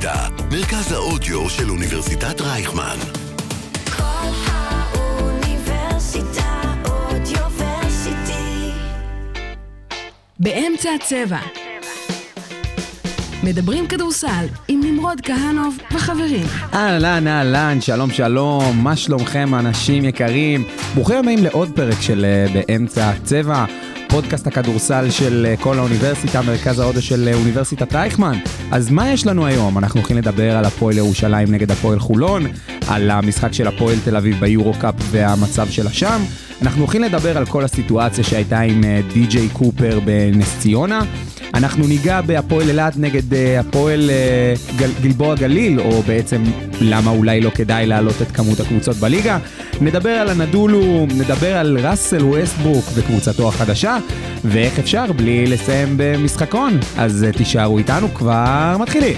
האוניברסיטה, מרכז האודיו של אוניברסיטת רייכמן. כל האוניברסיטה אודיוורסיטי. באמצע הצבע. מדברים כדורסל עם נמרוד כהנוב וחברים. אהלן, שלום, מה שלומכם אנשים יקרים? ברוכים הבאים לעוד פרק של באמצע הצבע, פודקאסט הכדורסל של כל האוניברסיטה, מרכז האודיו של אוניברסיטת רייכמן. אז מה יש לנו היום? אנחנו הולכים לדבר על הפועל ירושלים נגד הפועל חולון, על המשחק של הפועל תל אביב ביורו-קאפ והמצב שלה שם. אנחנו הולכים לדבר על כל הסיטואציה שהייתה עם די.ג'יי קופר בנס ציונה. אנחנו ניגע בהפועל אילת נגד הפועל גלבוע גליל, או בעצם למה אולי לא כדאי להעלות את כמות הקבוצות בליגה. נדבר על הנדולו, נדבר על ראסל ווסטברוק וקבוצתו החדשה, ואיך אפשר בלי לסיים במשחקון. אז תישארו איתנו, כבר מתחילים.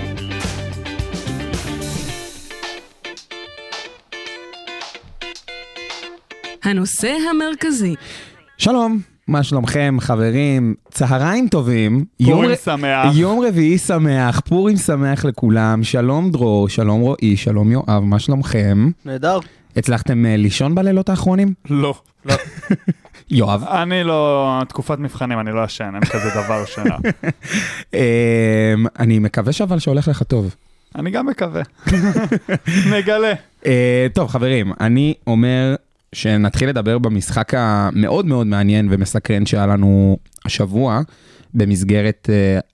הנושא המרכזי. שלום, מה שלומכם חברים? צהריים טובים. פורים שמח. יום רביעי שמח, פורים שמח לכולם. שלום דרור, שלום רועי, שלום יואב, מה שלומכם? נהדר. הצלחתם לישון בלילות האחרונים? לא. יואב? אני לא, תקופת מבחנים, אני לא ישן, אין כזה דבר שינה. אני מקווה אבל שהולך לך טוב. אני גם מקווה. נגלה. טוב חברים, אני אומר שנתחיל לדבר במשחק המאוד מאוד מעניין ומסקרן שהיה לנו השבוע, במסגרת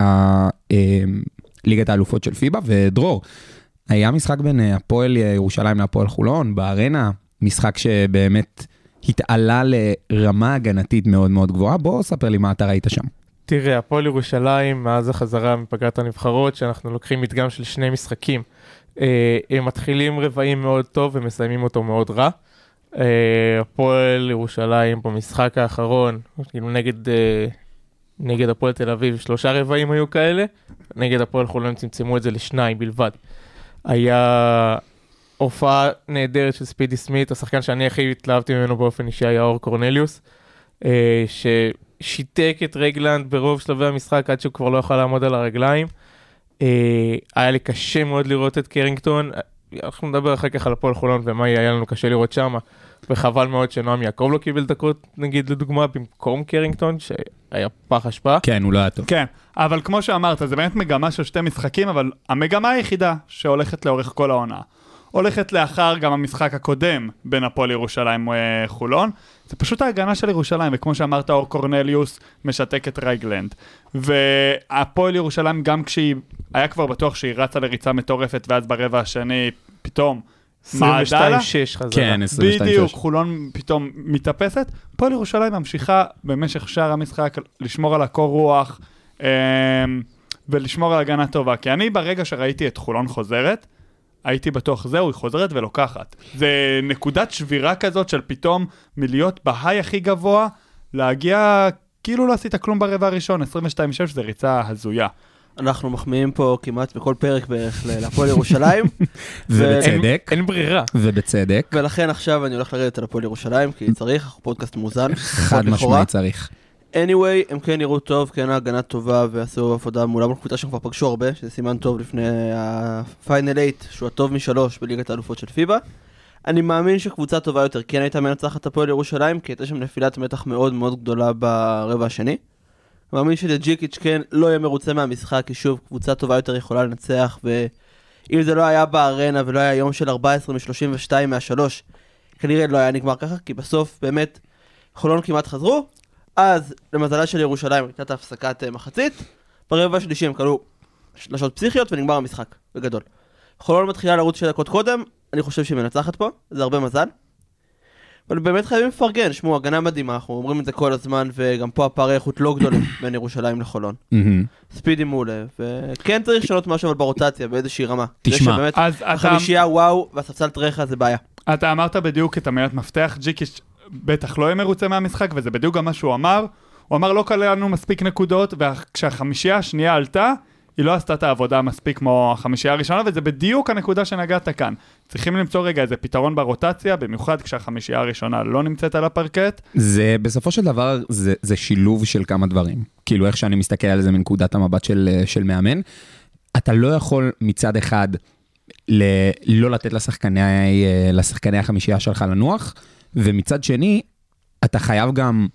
ליגת האלופות של פיבה, ודרור, היה משחק בין הפועל ירושלים להפועל חולון, בארנה, משחק שבאמת התעלה לרמה הגנתית מאוד מאוד גבוהה. בוא ספר לי מה אתה ראית שם. תראה, הפועל ירושלים, מאז החזרה מפגרת הנבחרות, שאנחנו לוקחים מדגם של שני משחקים, הם מתחילים רבעים מאוד טוב ומסיימים אותו מאוד רע. הפועל ירושלים במשחק האחרון, כאילו נגד הפועל תל אביב, 3 רבעים היו כאלה, נגד הפועל חולון צמצמו את זה ל2 בלבד. היה הופעה נהדרת של ספידי סמית, השחקן שאני הכי התלהבתי ממנו באופן אישי היה אור קורנליוס, ששיתק את רגלנד ברוב שלבי המשחק עד שהוא כבר לא יכול לעמוד על הרגליים. היה לי קשה מאוד לראות את קרינגטון, אנחנו נדבר אחר כך על הפועל חולון ומה היה לנו קשה לראות שם, וחבל מאוד שנועם יעקב לא קיבל דקות, נגיד לדוגמה, במקום קרינגטון, שהיה פח השפעה. כן, הוא לא היה טוב. כן, אבל כמו שאמרת, זה באמת מגמה של 2 משחקים, אבל המגמה היחידה שהולכת לאורך כל העונה, הולכת לאחר גם המשחק הקודם בין הפועל ירושלים וחולון, זה פשוט ההגנה של ירושלים, וכמו שאמרת, אור קורנליוס משתק את רגלנד. והפועל ירושלים, גם כשהיא היה כבר בטוח שהיא רצה לריצה מטורפת, ואז ברבע השני פתאום 22-6 חזרה. כן, 22-6. בדיוק, חולון פתאום מתאפסת. הפועל ירושלים ממשיכה במשך שאר המשחק לשמור על הקור רוח, ולשמור על הגנה טובה. כי אני ברגע שראיתי את חולון חוזרת, הייתי בטוח זהו, היא חוזרת ולוקחת. זה נקודת שבירה כזאת של פתאום מלהיות בהיי הכי גבוה, להגיע כאילו לא עשית כלום ברבע הראשון, 22-6 זה ריצה הזויה. אנחנו מחמיאים פה כמעט בכל פרק בערך להפועל ירושלים. ובצדק. אין ברירה. ובצדק. ולכן עכשיו אני הולך לרדת על הפועל ירושלים, כי צריך, אנחנו פודקאסט מוזן. חד משמעי צריך. anyway, הם כן נראו טוב, כן ההגנה טובה, ועשו עבודה מולה מול קבוצה שהם כבר פגשו הרבה, שזה סימן טוב לפני הפיינל 8, שהוא הטוב מ3 בליגת האלופות של פיבה. אני מאמין שקבוצה טובה יותר כן הייתה מנצחת הפועל ירושלים, כי הייתה שם נפילת מתח מאוד מאוד גדולה ברבע השני. אני מאמין שג'יקיץ' כן לא יהיה מרוצה מהמשחק, כי שוב, קבוצה טובה יותר יכולה לנצח, ואם זה לא היה בארנה ולא היה יום של 14 מ-32 מה-3, כנראה לא היה נגמר ככה, כי בסוף באמת חולון כמעט חזרו, אז למזלה של ירושלים הייתה את הפסקת מחצית, ברבע השלישי הם קלו שלשות פסיכיות ונגמר המשחק, בגדול. חולון מתחילה לרוץ 2 דקות קודם, אני חושב שהיא מנצחת פה, זה הרבה מזל. אבל באמת חייבים לפרגן, שמו, הגנה מדהימה, אנחנו אומרים את זה כל הזמן, וגם פה הפערי איכות לא גדולים בין ירושלים לחולון. ספידי מעולה, וכן צריך לשנות משהו אבל ברוטציה, באיזושהי רמה. תשמע, החמישייה וואו, והספסל טרחה זה בעיה. אתה אמרת בדיוק את המילת מפתח, ג'יקיץ' בטח לא יהיה מרוצה מהמשחק, וזה בדיוק גם מה שהוא אמר. הוא אמר לא קלענו מספיק נקודות, וכשהחמישייה השנייה עלתה, היא לא עשתה את העבודה מספיק כמו החמישייה הראשונה, וזה בדיוק הנקודה שנגעת כאן. צריכים למצוא רגע איזה פתרון ברוטציה, במיוחד כשהחמישייה הראשונה לא נמצאת על הפרקט. זה בסופו של דבר, זה שילוב של כמה דברים. כאילו איך שאני מסתכל על זה מנקודת המבט של מאמן. אתה לא יכול מצד אחד לא לתת לשחקני החמישייה שלך לנוח, ומצד שני, אתה חייב גם,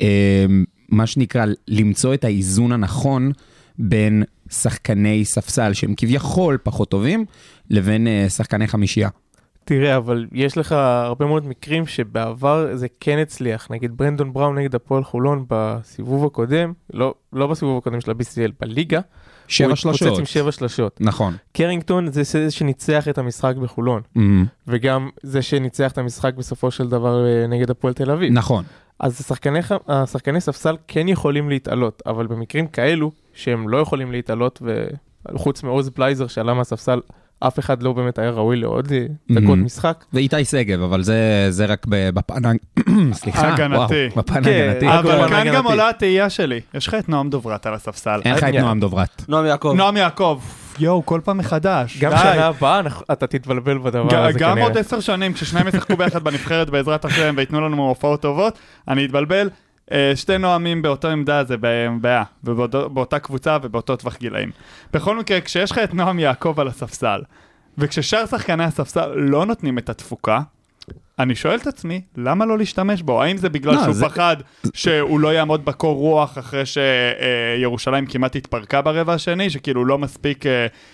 מה שנקרא, למצוא את האיזון הנכון בין שחקני ספסל שהם כביכול פחות טובים, לבין שחקני חמישייה. תראה, אבל יש לך הרבה מאוד מקרים שבעבר זה כן הצליח. נגיד ברנדון בראון נגד הפועל חולון בסיבוב הקודם, לא בסיבוב הקודם של ה-BCL, בליגה. 7 שלשות. הוא התפוצץ עם 7 שלשות. נכון. קרינגטון זה שניצח את המשחק בחולון. וגם זה שניצח את המשחק בסופו של דבר נגד הפועל תל אביב. נכון. אז השחקני ספסל כן יכולים להתעלות, אבל במקרים כאלו שהם לא יכולים להתעלות, וחוץ מעוז בלייזר שעלה מהספסל, אף אחד לא באמת היה ראוי לעוד דקות משחק. ואיתי סגב, אבל זה רק בפן הגנתי. בפן הגנתי. אבל כאן גם עולה התהייה שלי. יש לך את נועם דוברת על הספסל. אין לך את נועם דוברת. נועם יעקב. יואו, כל פעם מחדש. גם שנה הבאה אתה תתבלבל בדבר הזה כנראה. גם עוד 10 שנים, כששניים ישחקו ביחד בנבחרת בעזרת השם, ויתנו לנו הופעות טובות, אני אתבלבל. 2 נועמים באותו עמדה זה בעיה, ובאותה קבוצה ובאותו טווח גילאים. בכל מקרה, כשיש לך את נועם יעקב על הספסל, וכששאר שחקני הספסל לא נותנים את התפוקה, אני שואל את עצמי, למה לא להשתמש בו? האם זה בגלל שהוא פחד שהוא לא יעמוד בקור רוח אחרי שירושלים כמעט התפרקה ברבע השני, שכאילו לא מספיק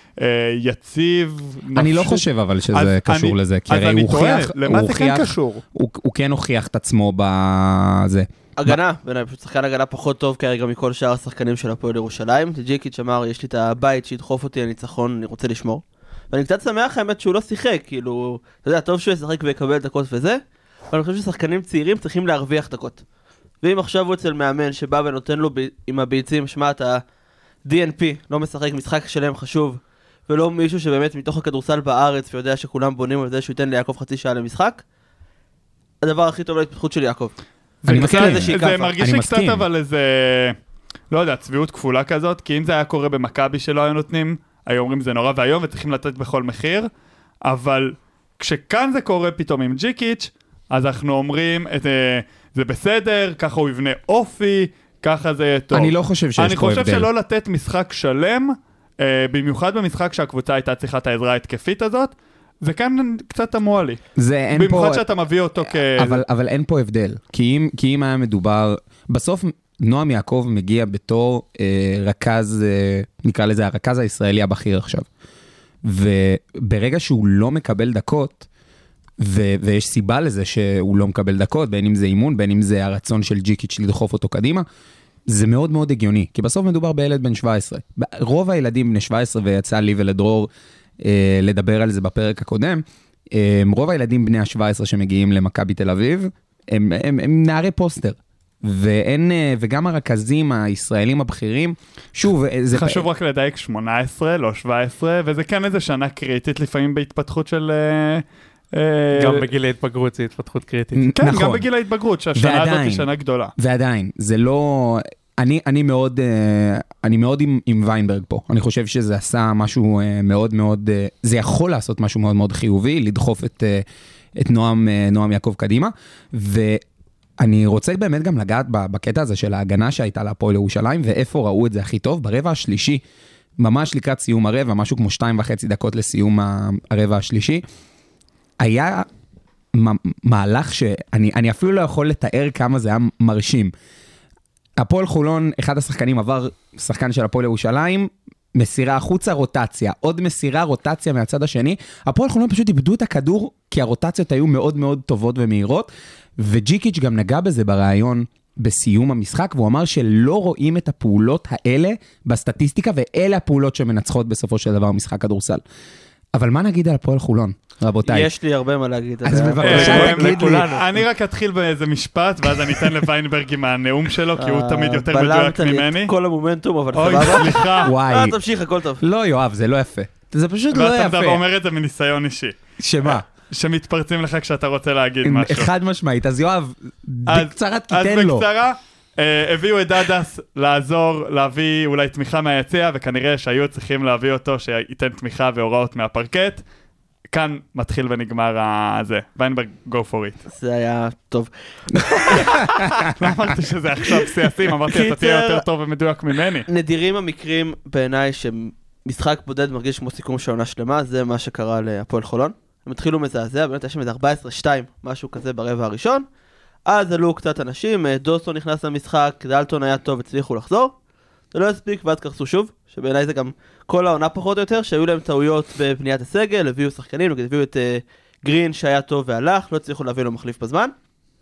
יציב? אני לא חושב אבל שזה קשור לזה, כי הרי הוא הוכיח, למה זה כן קשור? הוא כן הוכיח את עצמו בזה. הגנה, בעיניי, פשוט שחקן הגנה פחות טוב כרגע מכל שאר השחקנים של הפועל ירושלים. ג'יקיץ' אמר, יש לי את הבית שידחוף אותי לניצחון, אני רוצה לשמור. ואני קצת שמח האמת שהוא לא שיחק, כאילו, אתה יודע, טוב שהוא ישחק ויקבל דקות וזה, אבל אני חושב ששחקנים צעירים צריכים להרוויח דקות. ואם עכשיו הוא אצל מאמן שבא ונותן לו עם הביצים, שמע, אתה DNP, לא משחק משחק שלם חשוב, ולא מישהו שבאמת מתוך הכדורסל בארץ ויודע שכולם בונים על זה שהוא ייתן ליעקב חצי שעה למשחק, הדבר הכי טוב להתפתחות של יעקב. זה מרגיש לי קצת אבל איזה, לא יודע, צביעות כפולה כזאת, כי אם זה היה קורה במכבי שלא היו נותנים, היו אומרים זה נורא והיום וצריכים לתת בכל מחיר, אבל כשכאן זה קורה פתאום עם ג'יקיץ', אז אנחנו אומרים, זה בסדר, ככה הוא יבנה אופי, ככה זה יהיה טוב. אני לא חושב שיש פה הבדל. אני חושב שלא לתת משחק שלם, במיוחד במשחק שהקבוצה הייתה צריכה את העזרה ההתקפית הזאת, זה כאן קצת תמוה לי. במיוחד שאתה מביא אותו אבל אין פה הבדל. כי אם היה מדובר, בסוף נועם יעקב מגיע בתור רכז, נקרא לזה הרכז הישראלי הבכיר עכשיו. וברגע שהוא לא מקבל דקות, ויש סיבה לזה שהוא לא מקבל דקות, בין אם זה אימון, בין אם זה הרצון של ג'יקיץ' לדחוף אותו קדימה, זה מאוד מאוד הגיוני. כי בסוף מדובר בילד בן 17. רוב הילדים בני 17, ויצא לי ולדרור לדבר על זה בפרק הקודם, רוב הילדים בני ה-17 שמגיעים למכבי תל אביב, הם נערי פוסטר. וגם הרכזים הישראלים הבכירים, שוב, זה חשוב רק לדייק 18, לא 17, וזה כן איזה שנה קריטית לפעמים בהתפתחות של... גם בגיל ההתבגרות זה התפתחות קריטית. כן, גם בגיל ההתבגרות, שהשנה הזאת היא שנה גדולה. ועדיין, זה לא... אני מאוד עם ויינברג פה. אני חושב שזה עשה משהו מאוד מאוד... זה יכול לעשות משהו מאוד מאוד חיובי, לדחוף את נועם יעקב קדימה, אני רוצה באמת גם לגעת בקטע הזה של ההגנה שהייתה להפועל ירושלים, ואיפה ראו את זה הכי טוב, ברבע השלישי, ממש לקראת סיום הרבע, משהו כמו 2.5 דקות לסיום הרבע השלישי, היה מהלך שאני אפילו לא יכול לתאר כמה זה היה מרשים. הפועל חולון, אחד השחקנים עבר שחקן של הפועל ירושלים, מסירה החוצה, רוטציה, עוד מסירה, רוטציה מהצד השני, הפועל חולון פשוט איבדו את הכדור, כי הרוטציות היו מאוד מאוד טובות ומהירות, וג'יקיץ' גם נגע בזה ברעיון בסיום המשחק, והוא אמר שלא רואים את הפעולות האלה בסטטיסטיקה, ואלה הפעולות שמנצחות בסופו של דבר משחק כדורסל. אבל מה נגיד על הפועל חולון, רבותיי? יש לי הרבה מה להגיד. אז בבקשה תגיד לי. אני רק אתחיל באיזה משפט, ואז אני אתן לוויינברג עם הנאום שלו, כי הוא תמיד יותר מדויק ממני. בלמת לי את כל המומנטום, אבל אוי, סבבה. סליחה. וואי. תמשיך, הכל טוב. לא, יואב, זה לא יפה. זה פשוט לא יפה. ואתה אומר את זה מניסיון אישי. שמה? שמתפרצים לך כשאתה רוצה להגיד משהו. אחד משמעית, אז יואב, בקצרה תיתן לו. אז בקצרה, הביאו את דדס לעזור, להביא אולי תמיכה מהיציע, וכנראה שהיו צריכים להביא אותו שייתן תמיכה והוראות מהפרקט. כאן מתחיל ונגמר הזה. ויינברג, go for it. זה היה טוב. לא אמרתי שזה עכשיו סייסים, אמרתי אתה תהיה יותר טוב ומדויק ממני. נדירים המקרים בעיניי משחק בודד מרגיש כמו סיכום של עונה שלמה, זה מה שקרה להפועל חולון. הם התחילו מזעזע, באמת יש שם איזה 14-2, משהו כזה ברבע הראשון. אז עלו קצת אנשים, דוסון נכנס למשחק, דלטון היה טוב, הצליחו לחזור. זה לא הספיק, ואז קרסו שוב, שבעיניי זה גם כל העונה פחות או יותר, שהיו להם טעויות בבניית הסגל, הביאו שחקנים, נגיד הביאו את גרין שהיה טוב והלך, לא הצליחו להביא לו מחליף בזמן.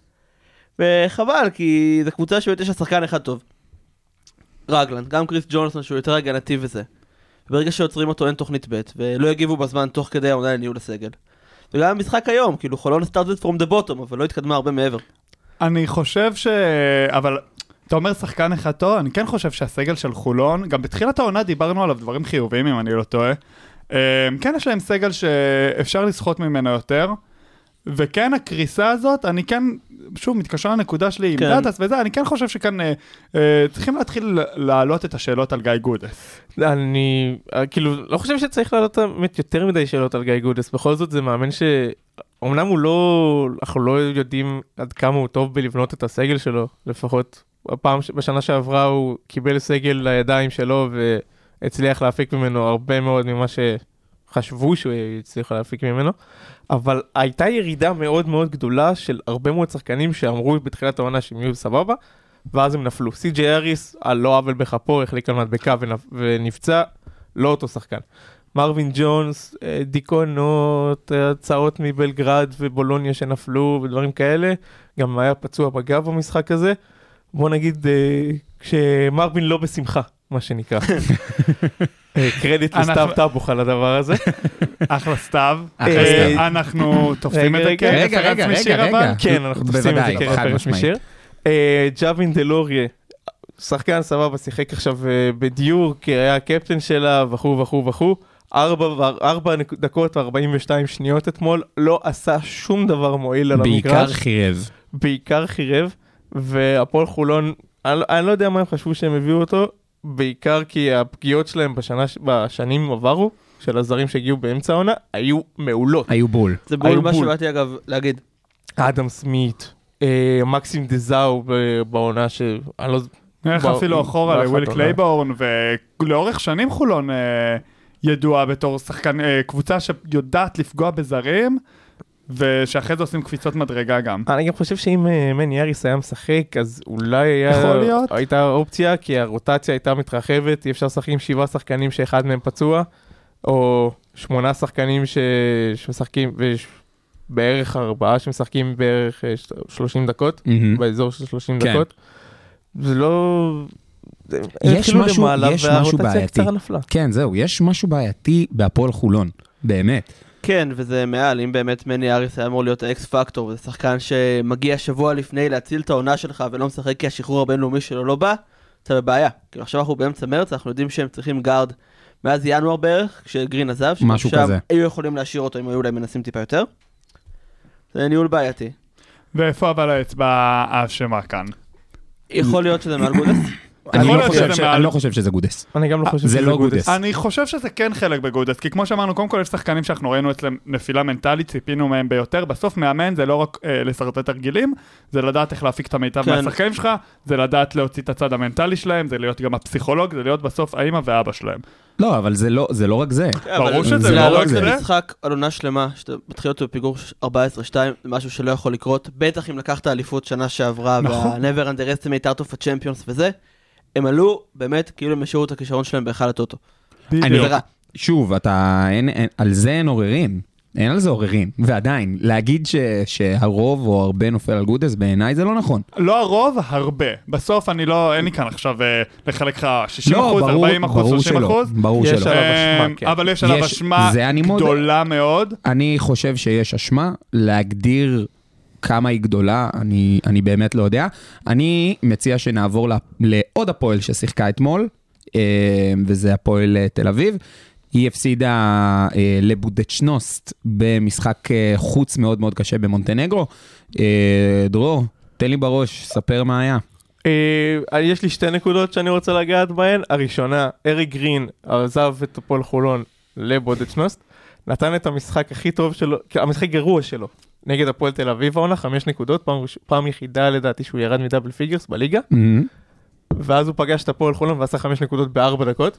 וחבל, כי זו קבוצה שבאמת יש שחקן אחד טוב. רגלנד, גם קריס ג'ונסון שהוא יותר הגנתי וזה. וברגע שעוצרים אותו אין תוכנית ב' ולא יגיבו בזמן תוך כדי העונה לניהול הסגל. וגם המשחק היום, כאילו חולון started from the bottom, אבל לא התקדמה הרבה מעבר. אני חושב אבל אתה אומר שחקן אחד טוב, אני כן חושב שהסגל של חולון, גם בתחילת העונה דיברנו עליו דברים חיוביים אם אני לא טועה. כן יש להם סגל שאפשר לשחות ממנו יותר, וכן הקריסה הזאת, אני כן, שוב, מתקשר לנקודה שלי עם דאטס וזה, אני כן חושב שכאן צריכים להתחיל להעלות את השאלות על גיא גודס. אני כאילו לא חושב שצריך להעלות יותר מדי שאלות על גיא גודס, בכל זאת זה מאמן אומנם אנחנו לא יודעים עד כמה הוא טוב בלבנות את הסגל שלו, לפחות בשנה שעברה הוא קיבל סגל לידיים שלו והצליח להפיק ממנו הרבה מאוד ממה שחשבו שהוא יצליח להפיק ממנו, אבל הייתה ירידה מאוד מאוד גדולה של הרבה מאוד שחקנים שאמרו בתחילת העונה שהם יהיו סבבה, ואז הם נפלו. סי.ג'יי אריס, על לא עוול בכפו, החליק על מדבקה ונפצע, לא אותו שחקן. מרווין ג'ונס, דיכאונות, הצעות מבלגרד ובולוניה שנפלו ודברים כאלה, גם היה פצוע בגב במשחק הזה. בוא נגיד, כשמרווין לא בשמחה, מה שנקרא. קרדיט לסתיו טאבוך על הדבר הזה. אחלה סתיו. אנחנו תופסים את זה כרפרנס משיר אבל? כן, אנחנו תופסים את זה כרפרנס משיר. ג'אבין דלוריה, שחקן סבבה, שיחק עכשיו בדיוק, היה הקפטן שלה וכו' וכו' וכו'. 4 דקות ו42 שניות אתמול, לא עשה שום דבר מועיל על המגרש. בעיקר חירב. והפועל חולון, אני לא יודע מה הם חשבו שהם הביאו אותו, בעיקר כי הפגיעות שלהם בשנים עברו, של הזרים שהגיעו באמצע העונה, היו מעולות. היו בול. זה בול מה שבאתי אגב להגיד. אדם סמית, מקסים דזאו בעונה שאני לא... נלך אפילו אחורה לוויל קלייבורן, ולאורך שנים חולון ידועה בתור שחקן, קבוצה שיודעת לפגוע בזרים, ושאחרי זה עושים קפיצות מדרגה גם. אני גם חושב שאם מני אריס היה משחק, אז אולי הייתה אופציה, כי הרוטציה הייתה מתרחבת, אי אפשר לשחק עם 7 שחקנים שאחד מהם פצוע, או 8 שחקנים שמשחקים, בערך 4 שמשחקים בערך 30 דקות, באזור של 30 דקות. זה לא... יש משהו בעייתי. כן, זהו, יש משהו בעייתי בהפועל חולון, באמת. כן, וזה מעל, אם באמת מני אריס היה אמור להיות האקס פקטור, וזה שחקן שמגיע שבוע לפני להציל את העונה שלך ולא משחק כי השחרור הבינלאומי שלו לא בא, אתה בבעיה. כאילו עכשיו אנחנו באמצע מרץ, אנחנו יודעים שהם צריכים גארד מאז ינואר בערך, כשגרין עזב, ששם היו יכולים להשאיר אותו אם היו להם מנסים טיפה יותר. זה ניהול בעייתי. ואיפה אבל האצבע האשמה כאן? יכול להיות שזה מעל גודס? אני לא חושב שזה גודס. אני גם לא חושב שזה גודס. אני חושב שזה כן חלק בגודס, כי כמו שאמרנו, קודם כל יש שחקנים שאנחנו ראינו אצלם נפילה מנטלית, ציפינו מהם ביותר, בסוף מאמן זה לא רק לסרטט תרגילים, זה לדעת איך להפיק את המיטב מהשחקנים שלך, זה לדעת להוציא את הצד המנטלי שלהם, זה להיות גם הפסיכולוג, זה להיות בסוף האמא ואבא שלהם. לא, אבל זה לא רק זה. ברור שזה לא רק זה. זה משחק על עונה שלמה, שאתה מתחיל אותו בפיגור 14-2, זה משהו שלא יכול לקרות, בטח אם לקחת האליפות שנה שעברה, וה-Never Underestimate Out of a Champions וזה, הם עלו באמת כאילו הם השאירו את הכישרון שלהם בהיכל הטוטו. שוב, על זה אין עוררים. אין על זה עוררים. ועדיין, להגיד שהרוב או הרבה נופל על גודס, בעיניי זה לא נכון. לא הרוב, הרבה. בסוף אין לי כאן עכשיו לחלק לך 60%, 40%, 30%. ברור שלא. אבל יש עליו אשמה גדולה מאוד. אני חושב שיש אשמה להגדיר כמה היא גדולה, אני באמת לא יודע. אני מציע שנעבור לעוד הפועל ששיחקה אתמול, וזה הפועל תל אביב. היא הפסידה לבודצ'נוסט במשחק חוץ מאוד מאוד קשה במונטנגרו. דרור, תן לי בראש, ספר מה היה. יש לי 2 נקודות שאני רוצה לגעת בהן. הראשונה, אריק גרין עזב את הפועל חולון לבודצ'נוסט, נתן את המשחק הכי טוב שלו, המשחק גרוע שלו, נגד הפועל תל אביב העונה, 5 נקודות, פעם יחידה לדעתי שהוא ירד מדאבל פיגרס בליגה, ואז הוא פגש את הפועל חולון ועשה 5 נקודות ב4 דקות.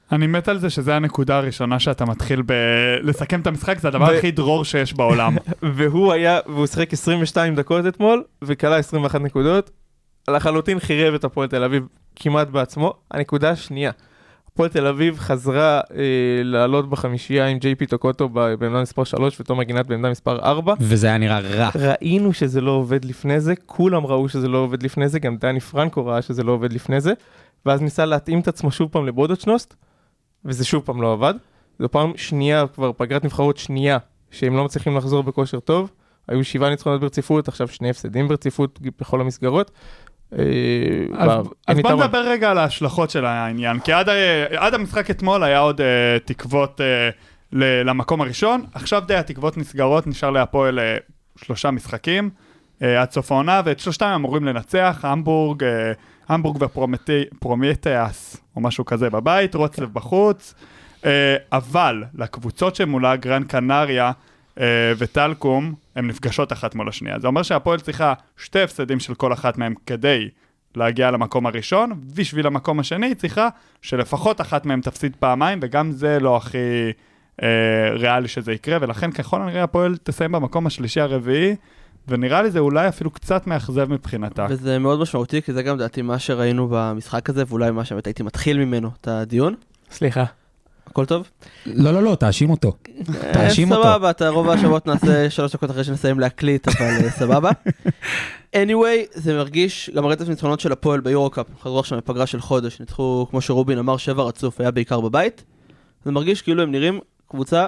אני מת על זה שזה הנקודה הראשונה שאתה מתחיל לסכם את המשחק, זה הדבר הכי דרור שיש בעולם. והוא שחק 22 דקות אתמול, וכלה 21 נקודות, לחלוטין חירב את הפועל תל אביב כמעט בעצמו. הנקודה השנייה, הפועל תל אביב חזרה לעלות בחמישייה עם ג'יי פי טוקוטו בעמדה מספר 3 ותומר גינת בעמדה מספר 4. וזה היה נראה רע. ראינו שזה לא עובד לפני זה, כולם ראו שזה לא עובד לפני זה, גם דני פרנקו ראה שזה לא עובד לפני זה, ואז ניסה להתאים את עצמו שוב פעם לבודוצ'נוסט, וזה שוב פעם לא עבד. זו פעם שנייה, כבר פגרת נבחרות שנייה, שהם לא מצליחים לחזור בכושר טוב. היו 7 ניצחונות ברציפות, עכשיו 2 הפסדים ברציפות בכל המסגרות. אז בוא נדבר רגע על ההשלכות של העניין, כי עד המשחק אתמול היה עוד תקוות למקום הראשון, עכשיו די התקוות נסגרות, נשאר להפועל 3 משחקים עד סוף העונה, ואת 3 אמורים לנצח, המבורג ופרומטאס, או משהו כזה בבית, רוצלב בחוץ, אבל לקבוצות שמולה גרן קנריה וטלקום, הן נפגשות אחת מול השנייה. זה אומר שהפועל צריכה 2 הפסדים של כל אחת מהם כדי להגיע למקום הראשון, בשביל המקום השני צריכה שלפחות אחת מהם תפסיד פעמיים, וגם זה לא הכי ריאלי שזה יקרה, ולכן ככל הנראה הפועל תסיים במקום השלישי הרביעי, ונראה לי זה אולי אפילו קצת מאכזב מבחינתה. וזה מאוד משמעותי, כי זה גם דעתי מה שראינו במשחק הזה, ואולי מה שבאמת הייתי מתחיל ממנו את הדיון. סליחה. הכל טוב? לא, תאשים אותו. תאשים אותו. סבבה, אתה רוב השבועות נעשה 3 דקות אחרי שנסיים להקליט, אבל סבבה. anyway, זה מרגיש, גם הרצף ניצחונות של הפועל ביורוקאפ, חזרו עכשיו מפגרה של חודש, ניצחו, כמו שרובין אמר, 7 רצוף, היה בעיקר בבית. זה מרגיש כאילו הם נראים קבוצה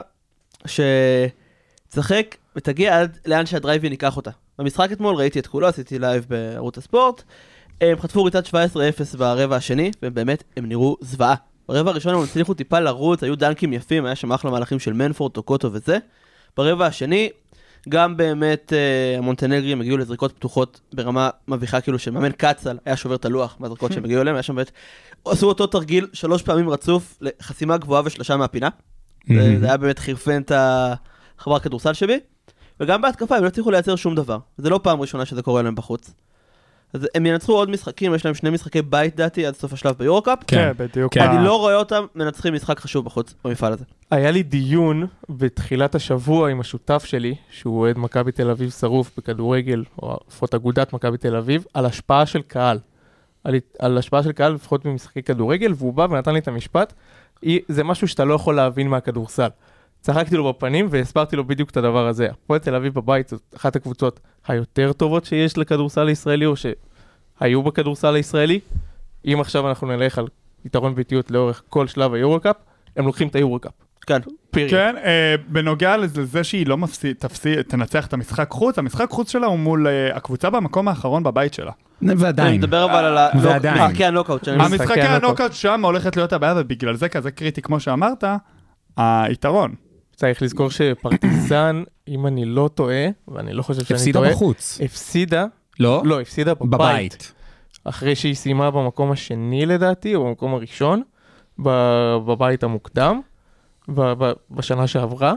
שצחק ותגיע עד לאן שהדרייבין ייקח אותה. במשחק אתמול ראיתי את כולו, עשיתי לייב בערוץ הספורט, הם חטפו ריצת 17-0 ברבע השני, ובאמת הם נראו זוועה. ברבע הראשון הם הצליחו טיפה לרוץ, היו דנקים יפים, היה שם אחלה מהלכים של מנפורד, טוקוטו וזה. ברבע השני, גם באמת המונטנגרים הגיעו לזריקות פתוחות ברמה מביכה, כאילו שמאמן קצל היה שובר את הלוח מהזריקות שהם הגיעו אליהם, היה שם באמת, עשו אותו תרגיל 3 פעמים רצוף לחסימה גבוהה ו3 מהפינה. זה היה באמת חירפן את החבר הכדורסל שבי, וגם בהתקפה הם לא הצליחו לייצר שום דבר. זה לא פעם ראשונה שזה קורה להם בחוץ. אז הם ינצחו עוד משחקים, יש להם 2 משחקי בית דעתי עד סוף השלב ביורוקאפ. כן, בדיוק. אני לא רואה אותם מנצחים משחק חשוב בחוץ במפעל הזה. היה לי דיון בתחילת השבוע עם השותף שלי, שהוא אוהד מכבי תל אביב שרוף בכדורגל, או לפחות אגודת מכבי תל אביב, על השפעה של קהל. על השפעה של קהל לפחות במשחקי כדורגל, והוא בא ונתן לי את המשפט, זה משהו שאתה לא יכול להבין מהכדורסל. צחקתי לו בפנים והסברתי לו בדיוק את הדבר הזה. הפועל תל אביב בבית זאת אחת הקבוצות היותר טובות שיש לכדורסל הישראלי, או שהיו בכדורסל הישראלי. אם עכשיו אנחנו נלך על יתרון ביתיות לאורך כל שלב היורוקאפ, הם לוקחים את היורוקאפ. כן. כן, בנוגע לזה שהיא לא תנצח את המשחק חוץ, המשחק חוץ שלה הוא מול הקבוצה במקום האחרון בבית שלה. ועדיין. אני מדבר אבל על משחקי הנוקאוט. המשחקי הנוקאוט שם הולכת להיות הבעיה, ובגלל זה כזה קריטי כמו שאמרת, היתרון. צריך לזכור שפרטיזן, אם אני לא טועה, ואני לא חושב שאני טועה, הפסידה בחוץ. הפסידה, לא? לא, הפסידה בבית. אחרי שהיא סיימה במקום השני לדעתי, או במקום הראשון, בבית המוקדם, בשנה שעברה,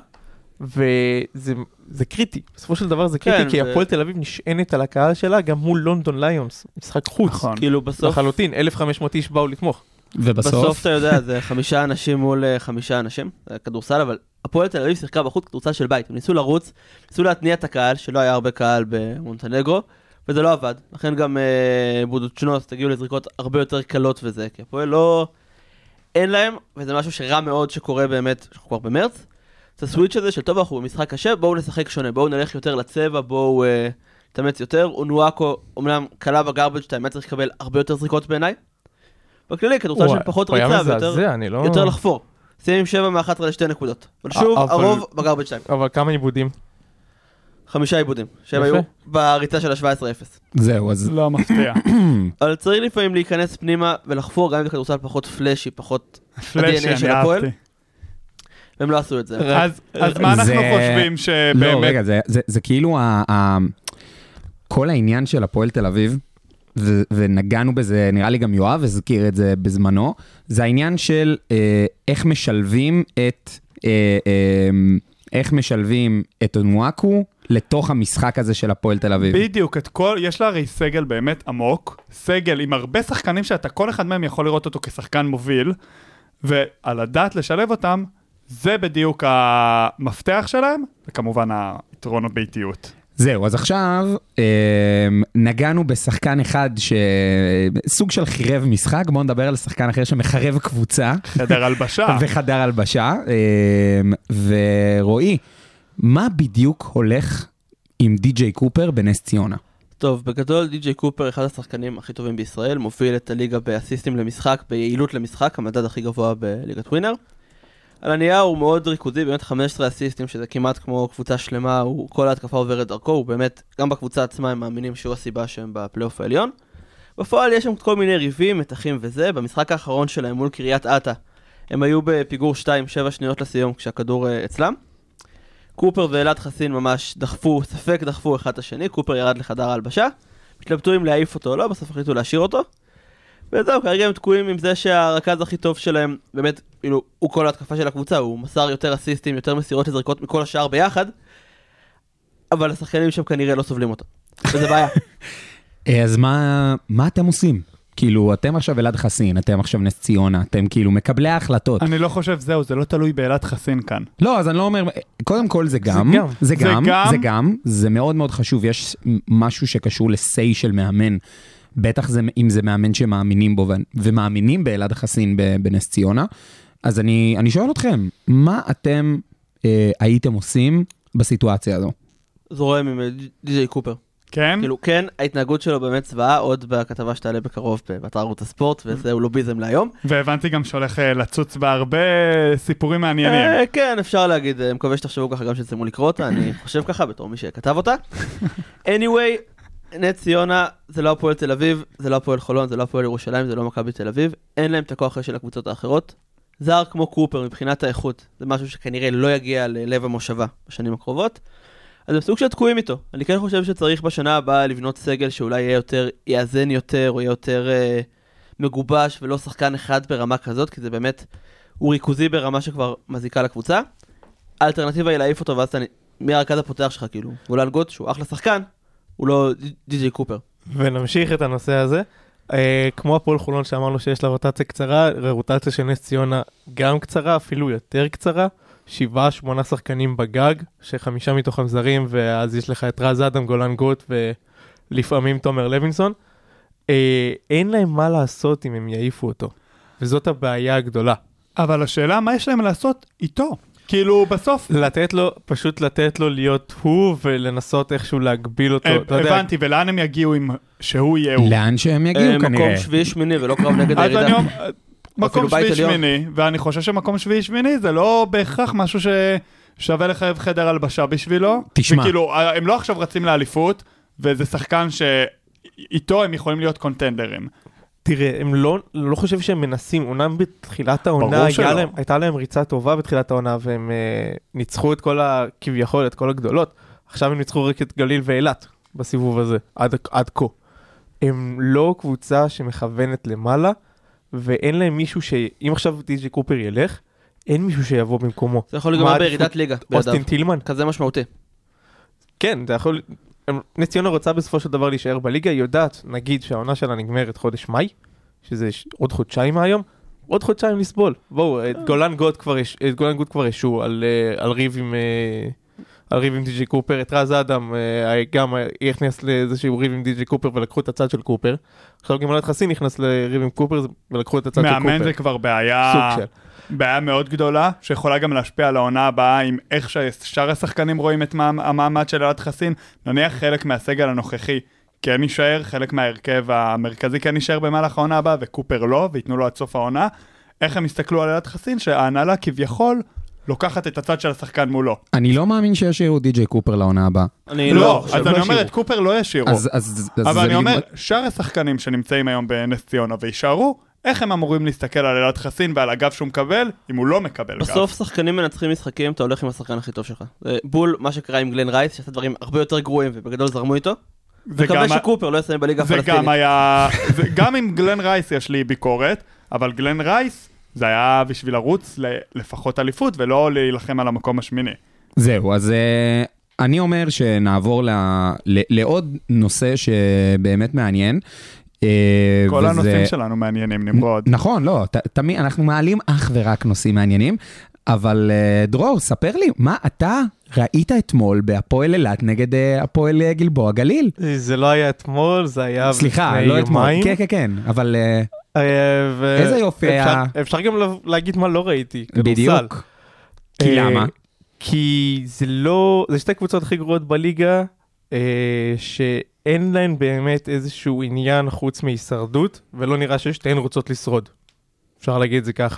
וזה קריטי. בסופו של דבר זה קריטי, כי הפועל תל אביב נשענת על הקהל שלה, גם מול לונדון ליונס, משחק חוץ. כאילו בסוף... לחלוטין, 1,500 איש באו לתמוך. בסוף אתה יודע, זה 5 אנשים מול 5 אנשים, זה כדורסל, אבל הפועל תל אביב שיחקה בחוץ כדורסל של בית. הם ניסו לרוץ, ניסו להתניע את הקהל, שלא היה הרבה קהל במונטנגרו, וזה לא עבד. לכן גם בודוצ'נוס תגיעו לזריקות הרבה יותר קלות וזה, כי הפועל לא... אין להם, וזה משהו שרע מאוד שקורה באמת, אנחנו כבר במרץ. זה הסוויץ' הזה של טוב, אנחנו במשחק קשה, בואו נשחק שונה, בואו נלך יותר לצבע, בואו נתאמץ יותר. אונואקו, אומנם קלה בגרבג' טיים, צריך לקבל הרבה יותר זריקות בעיניי. בכללי, כדורסל של פחות ריצה ויותר לחפור. סיים עם 7 מ-11 ל2 נקודות. אבל שוב, הרוב בגרבג' טיים. אבל כמה עיבודים? 5 עיבודים, שהם היו בריצה של ה-17-0. זהו, אז... לא מפתיע. אבל צריך לפעמים להיכנס פנימה ולחפור, גם אם זה כדורסל פחות פלשי, פחות פלשי, אני אהבתי. והם לא עשו את זה. אז מה אנחנו חושבים שבאמת... לא, רגע, זה כאילו כל העניין של הפועל תל אביב, ונגענו בזה, נראה לי גם יואב הזכיר את זה בזמנו, זה העניין של איך משלבים את אונואקו לתוך המשחק הזה של הפועל תל אביב. בדיוק, יש לה הרי סגל באמת עמוק, סגל עם הרבה שחקנים שאתה, כל אחד מהם יכול לראות אותו כשחקן מוביל, ועל הדעת לשלב אותם, זה בדיוק המפתח שלהם, וכמובן היתרון הביתיות. זהו, אז עכשיו נגענו בשחקן אחד סוג של חירב משחק, בואו נדבר על שחקן אחר שמחרב קבוצה. חדר הלבשה. וחדר הלבשה. ורועי, מה בדיוק הולך עם די.ג'יי קופר בנס ציונה? טוב, בגדול די.ג'יי קופר אחד השחקנים הכי טובים בישראל, מוביל את הליגה באסיסטים למשחק, ביעילות למשחק, המדד הכי גבוה בליגת ווינר. על הנייר הוא מאוד ריכוזי, באמת 15 אסיסטים, שזה כמעט כמו קבוצה שלמה, כל ההתקפה עוברת דרכו, הוא באמת, גם בקבוצה עצמה הם מאמינים שהוא הסיבה שהם בפלייאוף העליון. בפועל יש שם כל מיני ריבים, מתחים וזה, במשחק האחרון שלהם מול קריית אתא, הם היו בפיגור 2-7 שניות לסיום כשהכדור אצלם. קופר ואלעד חסין ממש דחפו אחד את השני, קופר ירד לחדר ההלבשה, התלבטו אם להעיף אותו או לא, בסוף החליטו להשאיר אותו. וזהו, כרגע הם תקועים עם זה שהרכז הכי טוב שלהם, באמת, הוא כל ההתקפה של הקבוצה, הוא מסר יותר אסיסטים, יותר מסירות לזריקות מכל השאר ביחד, אבל השחקנים שם כנראה לא סובלים אותו. וזה בעיה. אז מה אתם עושים? כאילו, אתם עכשיו אלעד חסין, אתם עכשיו נס ציונה, אתם כאילו מקבלי ההחלטות. אני לא חושב זהו, זה לא תלוי באלעד חסין כאן. לא, אז אני לא אומר, קודם כל זה גם, זה מאוד מאוד חשוב, יש משהו שקשור לסי של מאמן, בטח אם זה מאמן שמאמינים בו, ומאמינים באלעד חסין בנס ציונה, אז אני שואל אתכם, מה אתם הייתם עושים בסיטואציה הזו? זורם עם די.ג'יי קופר. כן? כאילו, כן, ההתנהגות שלו באמת צבאה, עוד בכתבה שתעלה בקרוב באתר ערוץ הספורט, וזהו לוביזם להיום. והבנתי גם שהולך לצוץ בהרבה סיפורים מעניינים. כן, אפשר להגיד, מקווה שתחשבו ככה גם שתסיימו לקרוא אותה, אני חושב ככה בתור מי שכתב אותה. anyway, נס ציונה זה לא הפועל תל אביב, זה לא הפועל חולון, זה לא הפועל ירושלים, זה לא מכבי תל אביב, אין להם את הכוח של הקבוצות האחרות. זר כמו קופר מבחינת האיכות, זה משהו שכנראה לא יגיע ללב המושבה בשנים הקרובות. אז בסוג שתקועים איתו. אני כן חושב שצריך בשנה הבאה לבנות סגל שאולי יהיה יותר, יאזן יותר, או יהיה יותר מגובש, ולא שחקן אחד ברמה כזאת, כי זה באמת, הוא ריכוזי ברמה שכבר מזיקה לקבוצה. האלטרנטיבה היא להעיף אותו, ואז אתה, מי הרכז הפותח שלך, כאילו? גולן גוט, שהוא אחלה שחקן, הוא לא די.ג'יי קופר. ונמשיך את הנושא הזה. כמו הפועל חולון שאמרנו שיש לה רוטציה קצרה, רוטציה של נס ציונה גם קצרה, אפילו יותר קצרה. 7-8 שחקנים בגג, ש5 מתוכם זרים, ואז יש לך את רז אדם, גולן גוט, ולפעמים תומר לוינסון. אין להם מה לעשות אם הם יעיפו אותו, וזאת הבעיה הגדולה. אבל השאלה, מה יש להם לעשות איתו? כאילו, בסוף... פשוט לתת לו להיות הוא, ולנסות איכשהו להגביל אותו. הבנתי, ולאן הם יגיעו אם שהוא יהיה הוא? לאן שהם יגיעו כנראה. מקום שביעי שמיני, ולא קרב נגד הירידה. מקום שביעי שמיני, ואני חושב שמקום שביעי שמיני זה לא בהכרח משהו ששווה לחייב חדר הלבשה בשבילו. תשמע. וכאילו, הם לא עכשיו רצים לאליפות, וזה שחקן שאיתו הם יכולים להיות קונטנדרים. תראה, הם לא חושב שהם מנסים, אומנם בתחילת העונה הייתה להם ריצה טובה בתחילת העונה, והם ניצחו את כל כביכול, את כל הגדולות. עכשיו הם ניצחו רק את גליל ואילת בסיבוב הזה, עד כה. הם לא קבוצה שמכוונת למעלה, ואין להם מישהו שאם עכשיו די.ג'יי קופר ילך, אין מישהו שיבוא במקומו. זה יכול לגמר בירידת ליגה. אוסטין טילמן. כזה משמעותי. כן, זה יכול... נס ציונה רוצה בסופו של דבר להישאר בליגה, היא יודעת, נגיד שהעונה שלה נגמרת חודש מאי, שזה עוד חודשיים מהיום, עוד חודשיים לסבול. בואו, את גולן גוט כבר ישו על ריב עם די.ג'יי קופר, את רז אדם גם הכנס לאיזשהו ריב עם די.ג'יי קופר ולקחו את הצד של קופר. עכשיו גם אלעד חסין נכנס לריב עם קופר ולקחו את הצד של קופר. מאמן זה כבר בעיה מאוד גדולה, שיכולה גם להשפיע על העונה הבאה עם איך ששאר השחקנים רואים את המעמד של אלעד חסין. נניח חלק מהסגל הנוכחי כן נשאר, חלק מההרכב המרכזי כן נשאר במהלך העונה הבאה, וקופר לא, ויתנו לו עד סוף העונה. איך הם הסתכלו על אלעד חסין? שההנהלה כביכול לוקחת את הצד של השחקן מולו. אני לא מאמין שישאירו די.ג'יי קופר לעונה הבאה. לא, אז אני אומר, את קופר לא ישירו. אבל אני אומר, שאר השחקנים שנמצאים היום בנס ציונה וישארו, איך הם אמורים להסתכל על אלעד חסין ועל הגב שהוא מקבל, אם הוא לא מקבל גב? בסוף שחקנים מנצחים משחקים, אתה הולך עם השחקן הכי טוב שלך. בול, מה שקרה עם גלן רייס, שעשה דברים הרבה יותר גרועים ובגדול זרמו איתו. מקווה שקופר לא יסיים בליגה הפלסטינית. גם עם גלן רייס יש לי ביקורת, אבל גלן רייס זה היה בשביל לרוץ לפחות אליפות, ולא להילחם על המקום השמיני. זהו, אז אני אומר שנעבור לעוד נושא שבאמת מעניין. כל הנושאים שלנו מעניינים, נמרוד. נכון, לא, תמיד אנחנו מעלים אך ורק נושאים מעניינים, אבל דרור, ספר לי, מה אתה ראית אתמול בהפועל אילת נגד הפועל גלבוע גליל? זה לא היה אתמול, זה היה סליחה, לא אתמול, כן, אבל איזה יופי היה. אפשר גם להגיד מה לא ראיתי, כדורסל. בדיוק. כי למה? כי זה שתי קבוצות הכי גרועות בליגה, שאין להן באמת איזשהו עניין חוץ מהישרדות, ולא נראה ששתיהן רוצות לשרוד. אפשר להגיד את זה ככה.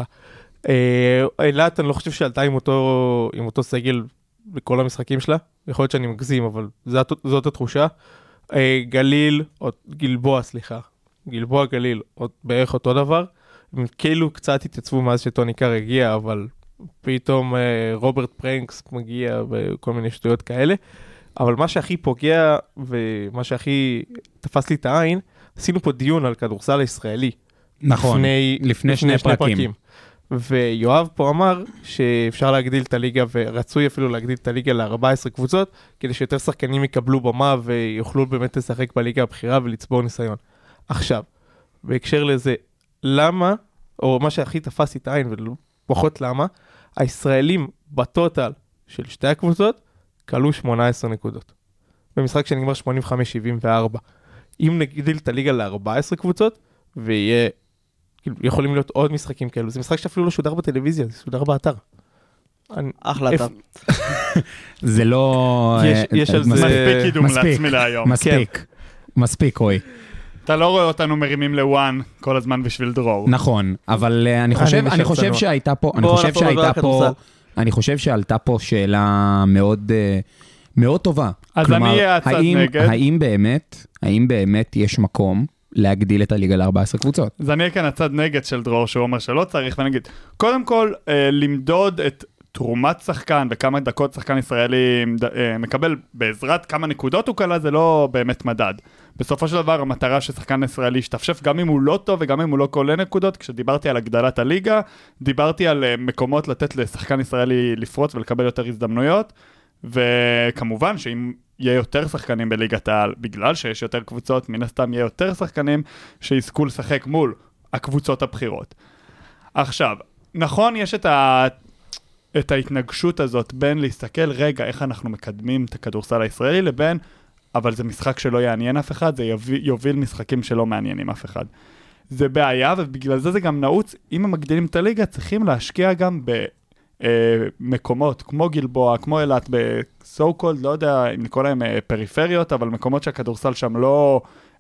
אילת, אני לא חושב שעלתה עם אותו סגל בכל המשחקים שלה, יכול להיות שאני מגזים, אבל זאת התחושה. גליל, או גלבוע, סליחה. גלבוע גליל, בערך אותו דבר. הם כאילו קצת התייצבו מאז שטוני קאר הגיע, אבל פתאום רוברט פרנקס מגיע וכל מיני שטויות כאלה. אבל מה שהכי פוגע ומה שהכי תפס לי את העין, עשינו פה דיון על כדורסל הישראלי. נכון, לפני שני פרקים. ויואב פה אמר שאפשר להגדיל את הליגה, ורצוי אפילו להגדיל את הליגה ל-14 קבוצות, כדי שיותר שחקנים יקבלו במה ויוכלו באמת לשחק בליגה הבחירה ולצבור ניסיון. עכשיו, בהקשר לזה, למה, או מה שהכי תפס את העין ופחות למה, הישראלים בטוטל של שתי הקבוצות קלו 18 נקודות. במשחק שנגמר 85-74. אם נגדיל את הליגה ל-14 קבוצות, ויהיה יכולים להיות עוד משחקים כאלו. זה משחק שאפילו לא שודר בטלוויזיה, זה שודר באתר. אחלה אתר. זה לא... יש על זה... מספיק קידום לעצמי להיום. מספיק, רועי. אתה לא רואה אותנו מרימים לוואן כל הזמן בשביל דרור. נכון, אבל אני חושב שהייתה פה... אני חושב שעלתה פה שאלה מאוד טובה. אז אני אהיה הצד נגד. האם באמת יש מקום להגדיל את הליגה ל-14 קבוצות? אז אני אהיה כאן הצד נגד של דרור, שהוא אומר שלא צריך, ואני אגיד, קודם כל, למדוד את תרומת שחקן וכמה דקות שחקן ישראלי מקבל בעזרת כמה נקודות הוא קלה, זה לא באמת מדד. בסופו של דבר, המטרה ששחקן ישראלי ישתפשף, גם אם הוא לא טוב וגם אם הוא לא קולה נקודות, כשדיברתי על הגדלת הליגה, דיברתי על מקומות לתת לשחקן ישראלי לפרוץ ולקבל יותר הזדמנויות, וכמובן שאם יהיה יותר שחקנים בליגת העל, בגלל שיש יותר קבוצות, מן הסתם יהיה יותר שחקנים שיזכו לשחק מול הקבוצות הבחירות. עכשיו, נכון, יש את ההתנגשות הזאת בין להסתכל רגע איך אנחנו מקדמים את הכדורסל הישראלי לבין, אבל זה משחק שלא יעניין אף אחד, זה יוביל משחקים שלא מעניינים אף אחד. זה בעיה, ובגלל זה גם נעוץ, אם הם מגדילים את הליגה, צריכים להשקיע גם במקומות כמו גלבוע, כמו אילת, ב-so called, לא יודע אם נקרא להם פריפריות, אבל מקומות שהכדורסל שם לא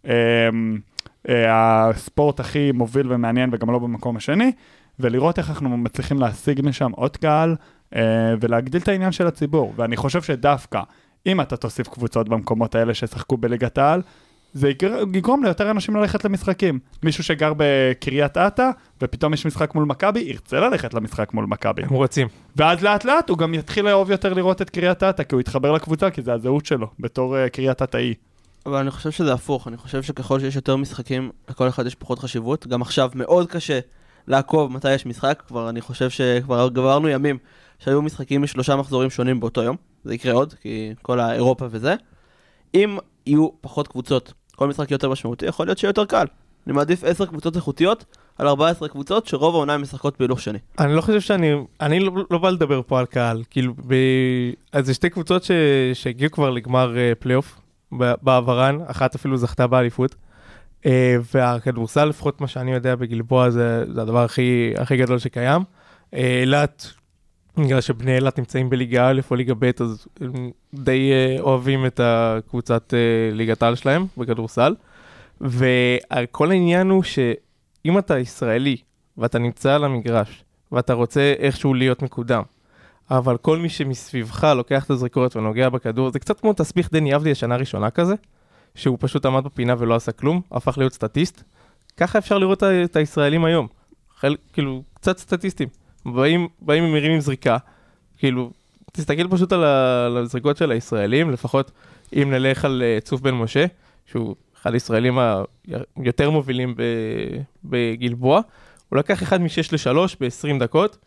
הספורט הכי מוביל ומעניין, וגם לא במקום השני, ולראות איך אנחנו מצליחים להשיג משם עוד קהל, ולהגדיל את העניין של הציבור. ואני חושב שדווקא, אם אתה תוסיף קבוצות במקומות האלה ששחקו בליגת העל, זה יגרום ליותר אנשים ללכת למשחקים. מישהו שגר בקריית אתא, ופתאום יש משחק מול מכבי, ירצה ללכת למשחק מול מכבי. הם רוצים. ואז לאט לאט הוא גם יתחיל לאהוב יותר לראות את קריית אתא, כי הוא יתחבר לקבוצה, כי זה הזהות שלו, בתור קריית אתאי. אבל אני חושב שזה הפוך, אני חושב שככל שיש יותר משחקים, לכל אחד יש פחות חשיבות. גם עכשיו מאוד קשה לעקוב מתי יש משחק, כבר אני חושב שכבר גברנו ימים שהיו משחקים מ3 מחזורים שונים באותו יום. זה יקרה עוד, כי כל האירופה וזה. אם יהיו פחות קבוצות, כל משחק יותר משמעותי, יכול להיות שיהיה יותר קל. אני מעדיף 10 קבוצות איכותיות על 14 קבוצות, שרוב העונה משחקות בהילוך שני. אני לא חושב אני לא בא לדבר פה על קהל, כאילו, אז זה שתי קבוצות שהגיעו כבר לגמר פלייאוף בעברן, אחת אפילו זכתה באליפות, והכדורסל, לפחות מה שאני יודע בגלבוע, זה הדבר הכי גדול שקיים. אילת, בגלל שבני אילת נמצאים בליגה א' או ליגה ב', אז הם די אוהבים את הקבוצת ליגת העל שלהם בכדורסל. וכל העניין הוא שאם אתה ישראלי, ואתה נמצא על המגרש, ואתה רוצה איכשהו להיות מקודם, אבל כל מי שמסביבך לוקח את הזריקות ונוגע בכדור, זה קצת כמו תסביך דני אבדי השנה הראשונה כזה, שהוא פשוט עמד בפינה ולא עשה כלום, הפך להיות סטטיסט. ככה אפשר לראות את הישראלים היום. כאילו, קצת סטטיסטים. באים ומרימים זריקה, כאילו, תסתכל פשוט על הזריקות של הישראלים, לפחות אם נלך על צוף בן משה, שהוא אחד הישראלים היותר מובילים בגלבוע, הוא לקח 1 מ-6 ל-3 ב-20 דקות,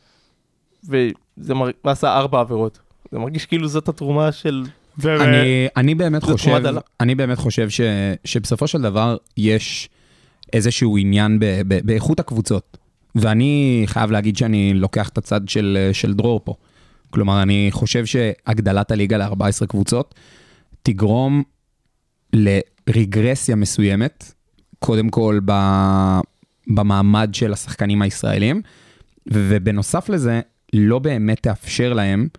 ועשה 4 עבירות. זה מרגיש כאילו זאת התרומה של... אני באמת חושב שבסופו של דבר יש איזשהו עניין באיכות הקבוצות. ואני חייב להגיד שאני לוקח את הצד של דרור פה. כלומר, אני חושב שהגדלת הליגה ל-14 קבוצות תגרום לרגרסיה מסוימת, קודם כל במעמד של השחקנים הישראלים, ובנוסף לזה, לא באמת תאפשר להם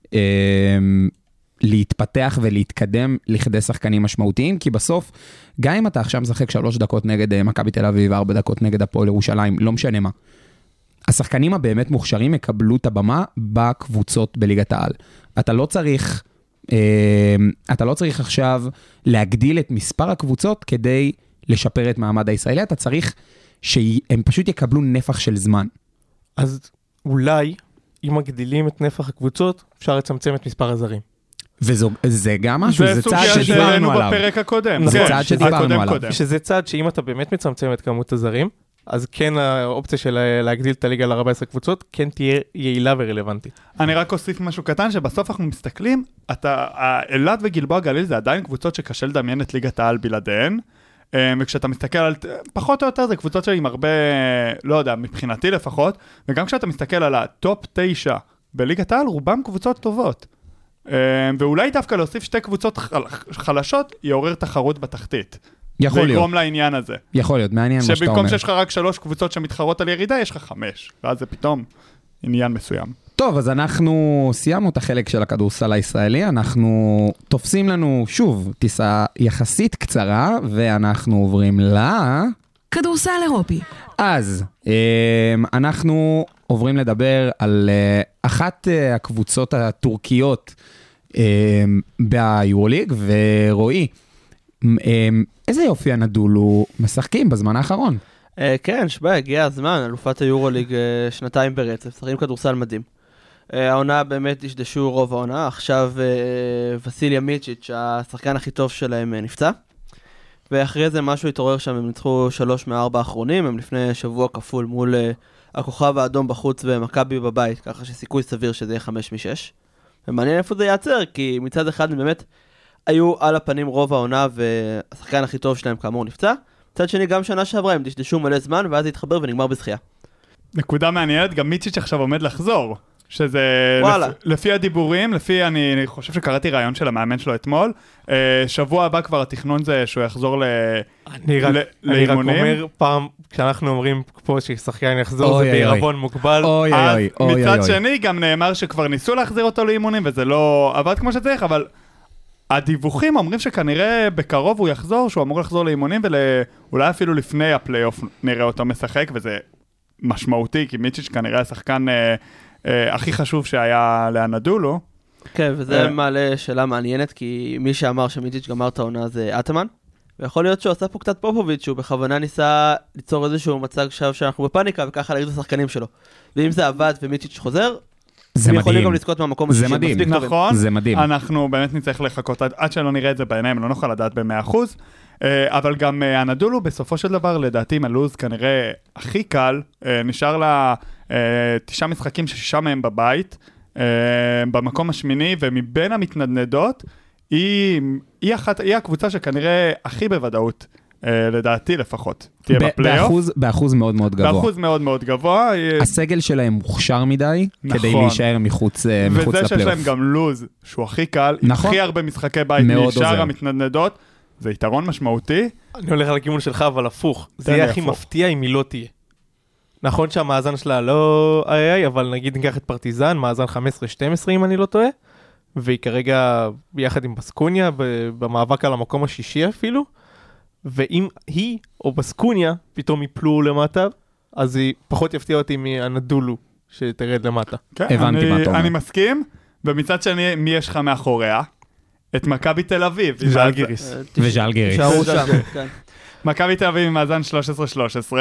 להתפתח ולהתקדם לכדי שחקנים משמעותיים, כי בסוף, גם אם אתה עכשיו משחק 3 דקות נגד מכבי תל אביב, 4 דקות נגד הפועל ירושלים, לא משנה מה. השחקנים הבאמת מוכשרים יקבלו את הבמה בקבוצות בליגת העל. אתה לא צריך עכשיו להגדיל את מספר הקבוצות כדי לשפר את מעמד הישראלי, אתה צריך שהם פשוט יקבלו נפח של זמן. אז אולי, אם מגדילים את נפח הקבוצות, אפשר לצמצם את מספר הזרים. וזה גם משהו, זה צעד סוגיה שדיברנו עליו. בפרק הקודם. זה צעד שדיברנו עליו. שזה צעד שאם אתה באמת מצמצם את כמות הזרים, אז כן האופציה של להגדיל את הליגה ל-14 קבוצות, כן תהיה יעילה ורלוונטית. אני רק אוסיף משהו קטן, שבסוף אנחנו מסתכלים, אילת וגלבוע גליל זה עדיין קבוצות שקשה לדמיין את ליגת העל בלעדיהן, וכשאתה מסתכל על, פחות או יותר זה קבוצות עם הרבה, לא יודע, מבחינתי לפחות, וגם כשאתה מסתכל על הטופ 9 בליגת העל, רובם קבוצות טובות. ואולי דווקא להוסיף 2 קבוצות חלשות, יעורר תחרות בתחתית. יכול להיות. ויגרום לעניין הזה. יכול להיות, מעניין מה שאתה אומר. שבמקום שיש לך רק 3 קבוצות שמתחרות על ירידה, יש לך 5. ואז זה פתאום עניין מסוים. טוב, אז אנחנו סיימנו את החלק של הכדורסל הישראלי, אנחנו תופסים לנו שוב טיסה יחסית קצרה, ואנחנו עוברים כדורסל אירופי. אז אנחנו עוברים לדבר על אחת הקבוצות הטורקיות ביורוליג, ורועי, איזה יופי הנדולו משחקים בזמן האחרון? כן, שבה, הגיע הזמן, אלופת היורוליג 2 ברצף, משחקים כדורסל מדהים. העונה באמת השדשו רוב העונה, עכשיו וסיליה מיצ'יץ', השחקן הכי טוב שלהם, נפצע. ואחרי זה משהו התעורר שם, הם ניצחו 3 מ-4 האחרונים, הם לפני שבוע כפול מול הכוכב האדום בחוץ ומכבי בבית, ככה שסיכוי סביר שזה יהיה 5 מ-6. ומעניין איפה זה ייעצר, כי מצד אחד הם באמת היו על הפנים רוב העונה, והשחקן הכי טוב שלהם כאמור נפצע. מצד שני, גם שנה שעברה הם דשדשו מלא זמן, ואז התחבר ונגמר בזכייה. נקודה מעניינת, גם מיצ'יץ' עכשיו עומד לחזור. שזה לפי הדיבורים, אני חושב שקראתי רעיון של המאמן שלו אתמול, שבוע הבא כבר התכנון זה שהוא יחזור לאימונים. אני רק אומר פעם, כשאנחנו אומרים פה ששחקן יחזור זה בעירבון מוגבל. אז מצד שני גם נאמר שכבר ניסו להחזיר אותו לאימונים, וזה לא עבד כמו שצריך, אבל הדיווחים אומרים שכנראה בקרוב הוא יחזור, שהוא אמור לחזור לאימונים, ואולי אפילו לפני הפלייאוף נראה אותו משחק, וזה משמעותי, כי מיצ'יץ' כנראה השחקן הכי חשוב שהיה לאנדולו. כן, וזה מעלה שאלה מעניינת, כי מי שאמר שמיצ'יץ' גמר את העונה זה אטמן, ויכול להיות שהוא עשה פה קצת פופוביץ', שהוא בכוונה ניסה ליצור איזשהו מצג שווא שאנחנו בפאניקה, וככה להגיד את השחקנים שלו. ואם זה עבד ומיצ'יץ' חוזר, הם יכולים גם לזכות מהמקום זה מדהים, נכון, זה מדהים. אנחנו באמת נצטרך לחכות עד שלא נראה את זה בעיניים, לא נוכל לדעת ב100%, אבל גם אנדולו בסופו של דבר, לדעתי עם הלוז כנראה הכי קל, נשאר לה 9 משחקים ש6 מהם בבית, במקום השמיני, ומבין המתנדנדות, היא הקבוצה שכנראה הכי בוודאות, לדעתי לפחות, תהיה בפלייאוף. באחוז מאוד מאוד גבוה. באחוז מאוד מאוד גבוה. הסגל שלהם מוכשר מדי, כדי להישאר מחוץ לפלייאוף. וזה שיש להם גם לוז, שהוא הכי קל, עם הכי הרבה משחקי בית, משאר המתנדנדות, זה יתרון משמעותי. אני הולך על הכיוון שלך, אבל הפוך. זה יהיה הכי מפתיע אם היא לא תהיה. נכון שהמאזן שלה לא אבל נגיד ניקח את פרטיזן, מאזן 15-12 אם אני לא טועה, והיא כרגע ביחד עם בסקוניה, במאבק על המקום השישי אפילו, ואם היא או בסקוניה פתאום יפלו למטה, אז היא פחות יפתיע אותי מאנדולו שתרד למטה. הבנתי מה אתה אומר. אני מסכים, ומצד שני, מי יש לך מאחוריה? את מכבי תל אביב. ז'אלגיריס. וז'אלגיריס. מכבי תל אביב עם מאזן 13-13,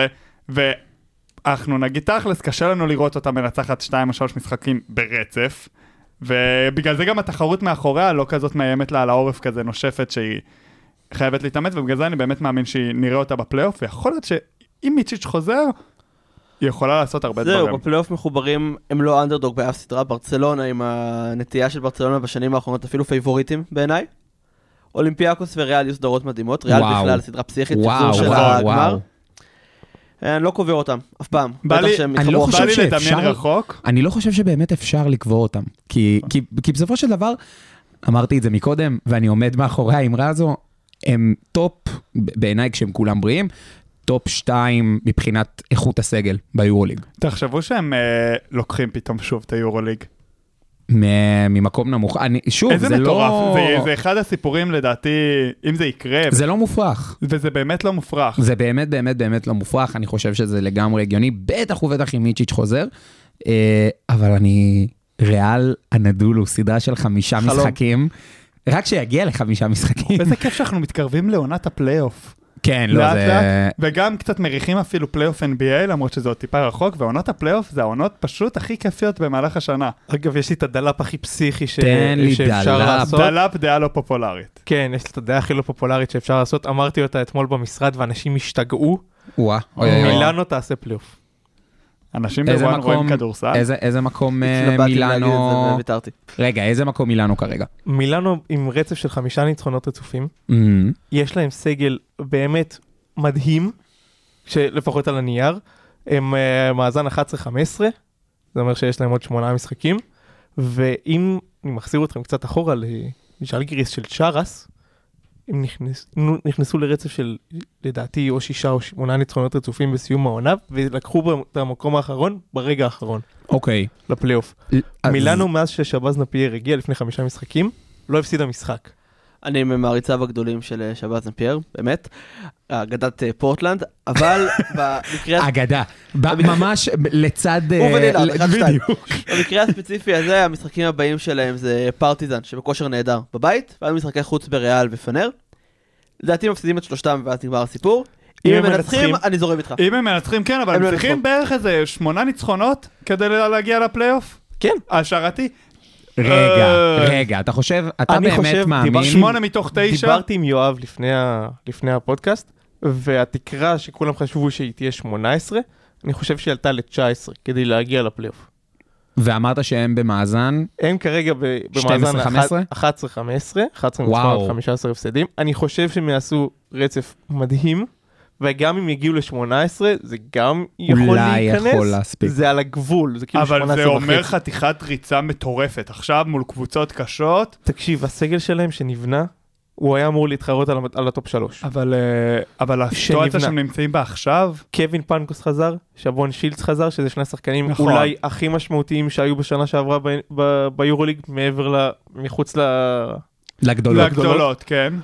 ואנחנו נגיד תכלס, קשה לנו לראות אותה מנצחת 2 או 3 משחקים ברצף, ובגלל זה גם התחרות מאחוריה לא כזאת מאיימת לה על העורף כזה נושפת שהיא חייבת להתאמץ, ובגלל זה אני באמת מאמין שנראה אותה בפלייאוף, ויכול להיות שאם מיצ'יץ' חוזר, היא יכולה לעשות הרבה דברים. זהו, בפלייאוף מחוברים, הם לא אנדרדוג באף סדרה, ברצלונה עם הנטייה של ברצלונה בשנים האחרונות, אפילו פייבוריטים בעיניי. אולימפיאקוס וריאל יהיו סדרות מדהימות, ריאל בכלל סדרה פסיכית, שחזור של הגמר. אני לא קובר אותם, אף פעם. בא בטח לי- שהם אני לא יתחברו חושב בא עכשיו. לי לדמיין שאפשר- רחוק. אני לא חושב שבאמת אפשר לקבור אותם. כי בסופו של דבר, אמרתי את זה מקודם, ואני עומד מאחורי האמרה הזו, הם טופ, בעיניי כשהם כולם בריאים, טופ 2 מבחינת איכות הסגל ביורוליג. תחשבו שהם לוקחים פתאום שוב את היורוליג. ממקום נמוך. שוב, איזה זה מטורף. לא... זה אחד הסיפורים לדעתי, אם זה יקרה, זה לא מופרך. וזה באמת לא מופרך. זה באמת באמת באמת לא מופרך, אני חושב שזה לגמרי הגיוני, בטח ובטח אם מיצ'יץ' חוזר, אבל ריאל אנדולו, סדרה של 5 חלום. משחקים, רק שיגיע ל5 משחקים. איזה כיף שאנחנו מתקרבים לעונת הפלייאוף. כן, לא, לאט זה... לאט, וגם קצת מריחים אפילו פלייאוף NBA, למרות שזה עוד טיפה רחוק, ועונות הפלייאוף זה העונות פשוט הכי כיפיות במהלך השנה. אגב, יש לי את הדלאפ הכי פסיכי תן לי שאפשר דלאפ. לעשות. דלאפ דעה לא פופולרית. כן, יש לי את הדעה הכי לא פופולרית שאפשר לעשות. אמרתי אותה אתמול במשרד ואנשים השתגעו. וואה. מילאנו תעשה פלייאוף. אנשים איזה בוואן רואים מקום, כדורסל. איזה מקום התלבטתי להגיד את מילאנו... זה וויתרתי. רגע, איזה מקום מילאנו כרגע? מילאנו עם רצף של 5 ניצחונות רצופים. יש להם סגל באמת מדהים, לפחות על הנייר. הם מאזן 11-15, זה אומר שיש להם עוד 8 משחקים. ואם אני מחזיר אתכם קצת אחורה לז'לגיריס של צ'ארס, הם נכנסו לרצף של, לדעתי, או 6 או 8 ניצחונות רצופים בסיום העונה, ולקחו את המקום האחרון ברגע האחרון, אוקיי. לפלייאוף. מילאנו מאז ששבאז נפייר הגיע לפני 5 משחקים, לא הפסידה משחק. אני ממעריציו הגדולים של שבאז נפייר, באמת, אגדת פורטלנד, אבל במקרה... אגדה. ממש לצד... הוא ולילארד, 1-2. בדיוק. במקרה הספציפי הזה, המשחקים הבאים שלהם זה פרטיזן, שבכושר נהדר בבית, ואז משחקי חוץ בריאל ופנר. לדעתי מפסידים את שלושתם ואז נגמר הסיפור. אם הם מנצחים, אני זורם איתך. אם הם מנצחים, כן, אבל הם הם לא צריכים ינצחו. בערך איזה 8 ניצחונות כדי להגיע לפלייאוף. כן. השערתי. רגע, אתה חושב, אתה אני באמת חושב, מאמין... 8 מתוך 9. דיברתי עם יואב לפני הפודקאסט, והתקרה שכולם חשבו שהיא תהיה 18, אני חושב שהיא עלתה ל-19 כדי להגיע לפלייאוף. ואמרת שהם במאזן... הם כרגע במאזן 12-15? 11-15, 11 וואו. ניצחונות, 15 הפסדים. אני חושב שהם יעשו רצף מדהים, וגם אם יגיעו ל-18, זה גם יכול אולי להיכנס. יכול להספיק. זה על הגבול, זה כאילו 18 אבל זה אומר וחצי. חתיכת ריצה מטורפת. עכשיו מול קבוצות קשות, תקשיב, הסגל שלהם שנבנה, הוא היה אמור להתחרות על הטופ 3. אבל הסיטואציה שנבנה. שהם נמצאים בה עכשיו, קווין פנקוס חזר, שבון שילץ חזר, שזה שני השחקנים נכון. אולי הכי משמעותיים שהיו בשנה שעברה ביורוליג, מחוץ לגדולות. לגדולות, כן.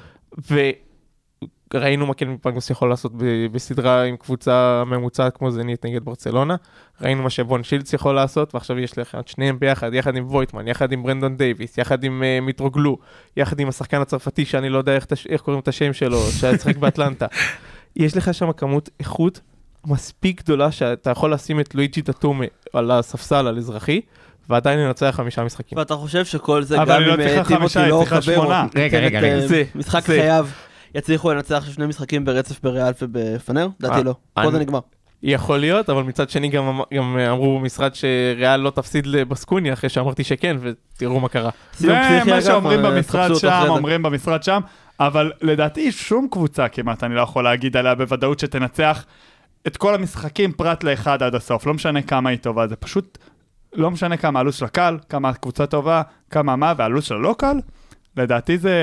וראינו מה קווין פנקוס יכול לעשות בסדרה עם קבוצה ממוצעת כמו זנית נגד ברצלונה, ראינו מה שבון שילץ יכול לעשות, ועכשיו יש לך את שניהם ביחד, יחד עם וויטמן, יחד עם ברנדון דייביס, יחד עם מיטרוגלו, יחד עם השחקן הצרפתי שאני לא יודע איך קוראים את השם שלו, שהיה צחק באטלנטה. יש לך שם כמות איכות מספיק גדולה שאתה יכול לשים את לואיג'י טאטומה על הספסל, על אזרחי, ועדיין לנצח 5 משחקים. ואתה חושב שכל זה אבל גם אני לא אם צריכה טימותי 5, לא צריכה חבר, 8. רגע. משחק זה. חייו, יצליחו לנצח 2 משחקים ברצף בריאל ובפנר? דעתי לא. פה זה נגמר. יכול להיות, אבל מצד שני גם אמרו במשרד שריאל לא תפסיד לבסקוניה, אחרי שאמרתי שכן, ותראו מה קרה. סיום זה פסיכי, מה אגב, שאומרים תפסו במשרד אותו שם, אחרי זה. אומרים במשרד שם, אבל לדעתי שום קבוצה כמעט אני לא יכול להגיד עליה בוודאות שתנצח את כל המשחקים פרט לאחד עד הסוף, לא משנה כמה היא טובה, זה פשוט לא משנה כמה הלו"ז שלה קל, כמה הקבוצה טובה, כמה מה, והלו"ז שלה לא קל, לדעתי זה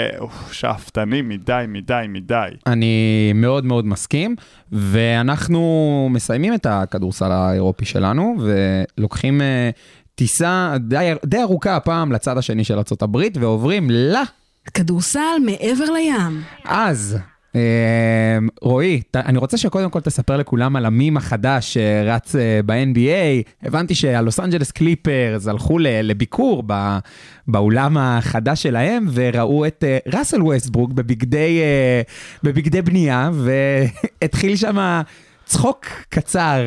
שאפתני מדי. אני מאוד מאוד מסכים, ואנחנו מסיימים את הכדורסל האירופי שלנו, ולוקחים טיסה די ארוכה הפעם לצד השני של ארצות הברית, ועוברים כדורסל מעבר לים. אז, רועי, אני רוצה שקודם כל תספר לכולם על המים החדש שרץ ב-NBA. הבנתי שהלוס אנג'לס קליפרס הלכו לביקור באולם החדש שלהם, וראו את ראסל ווסטברוק בבגדי בנייה, והתחיל שם צחוק קצר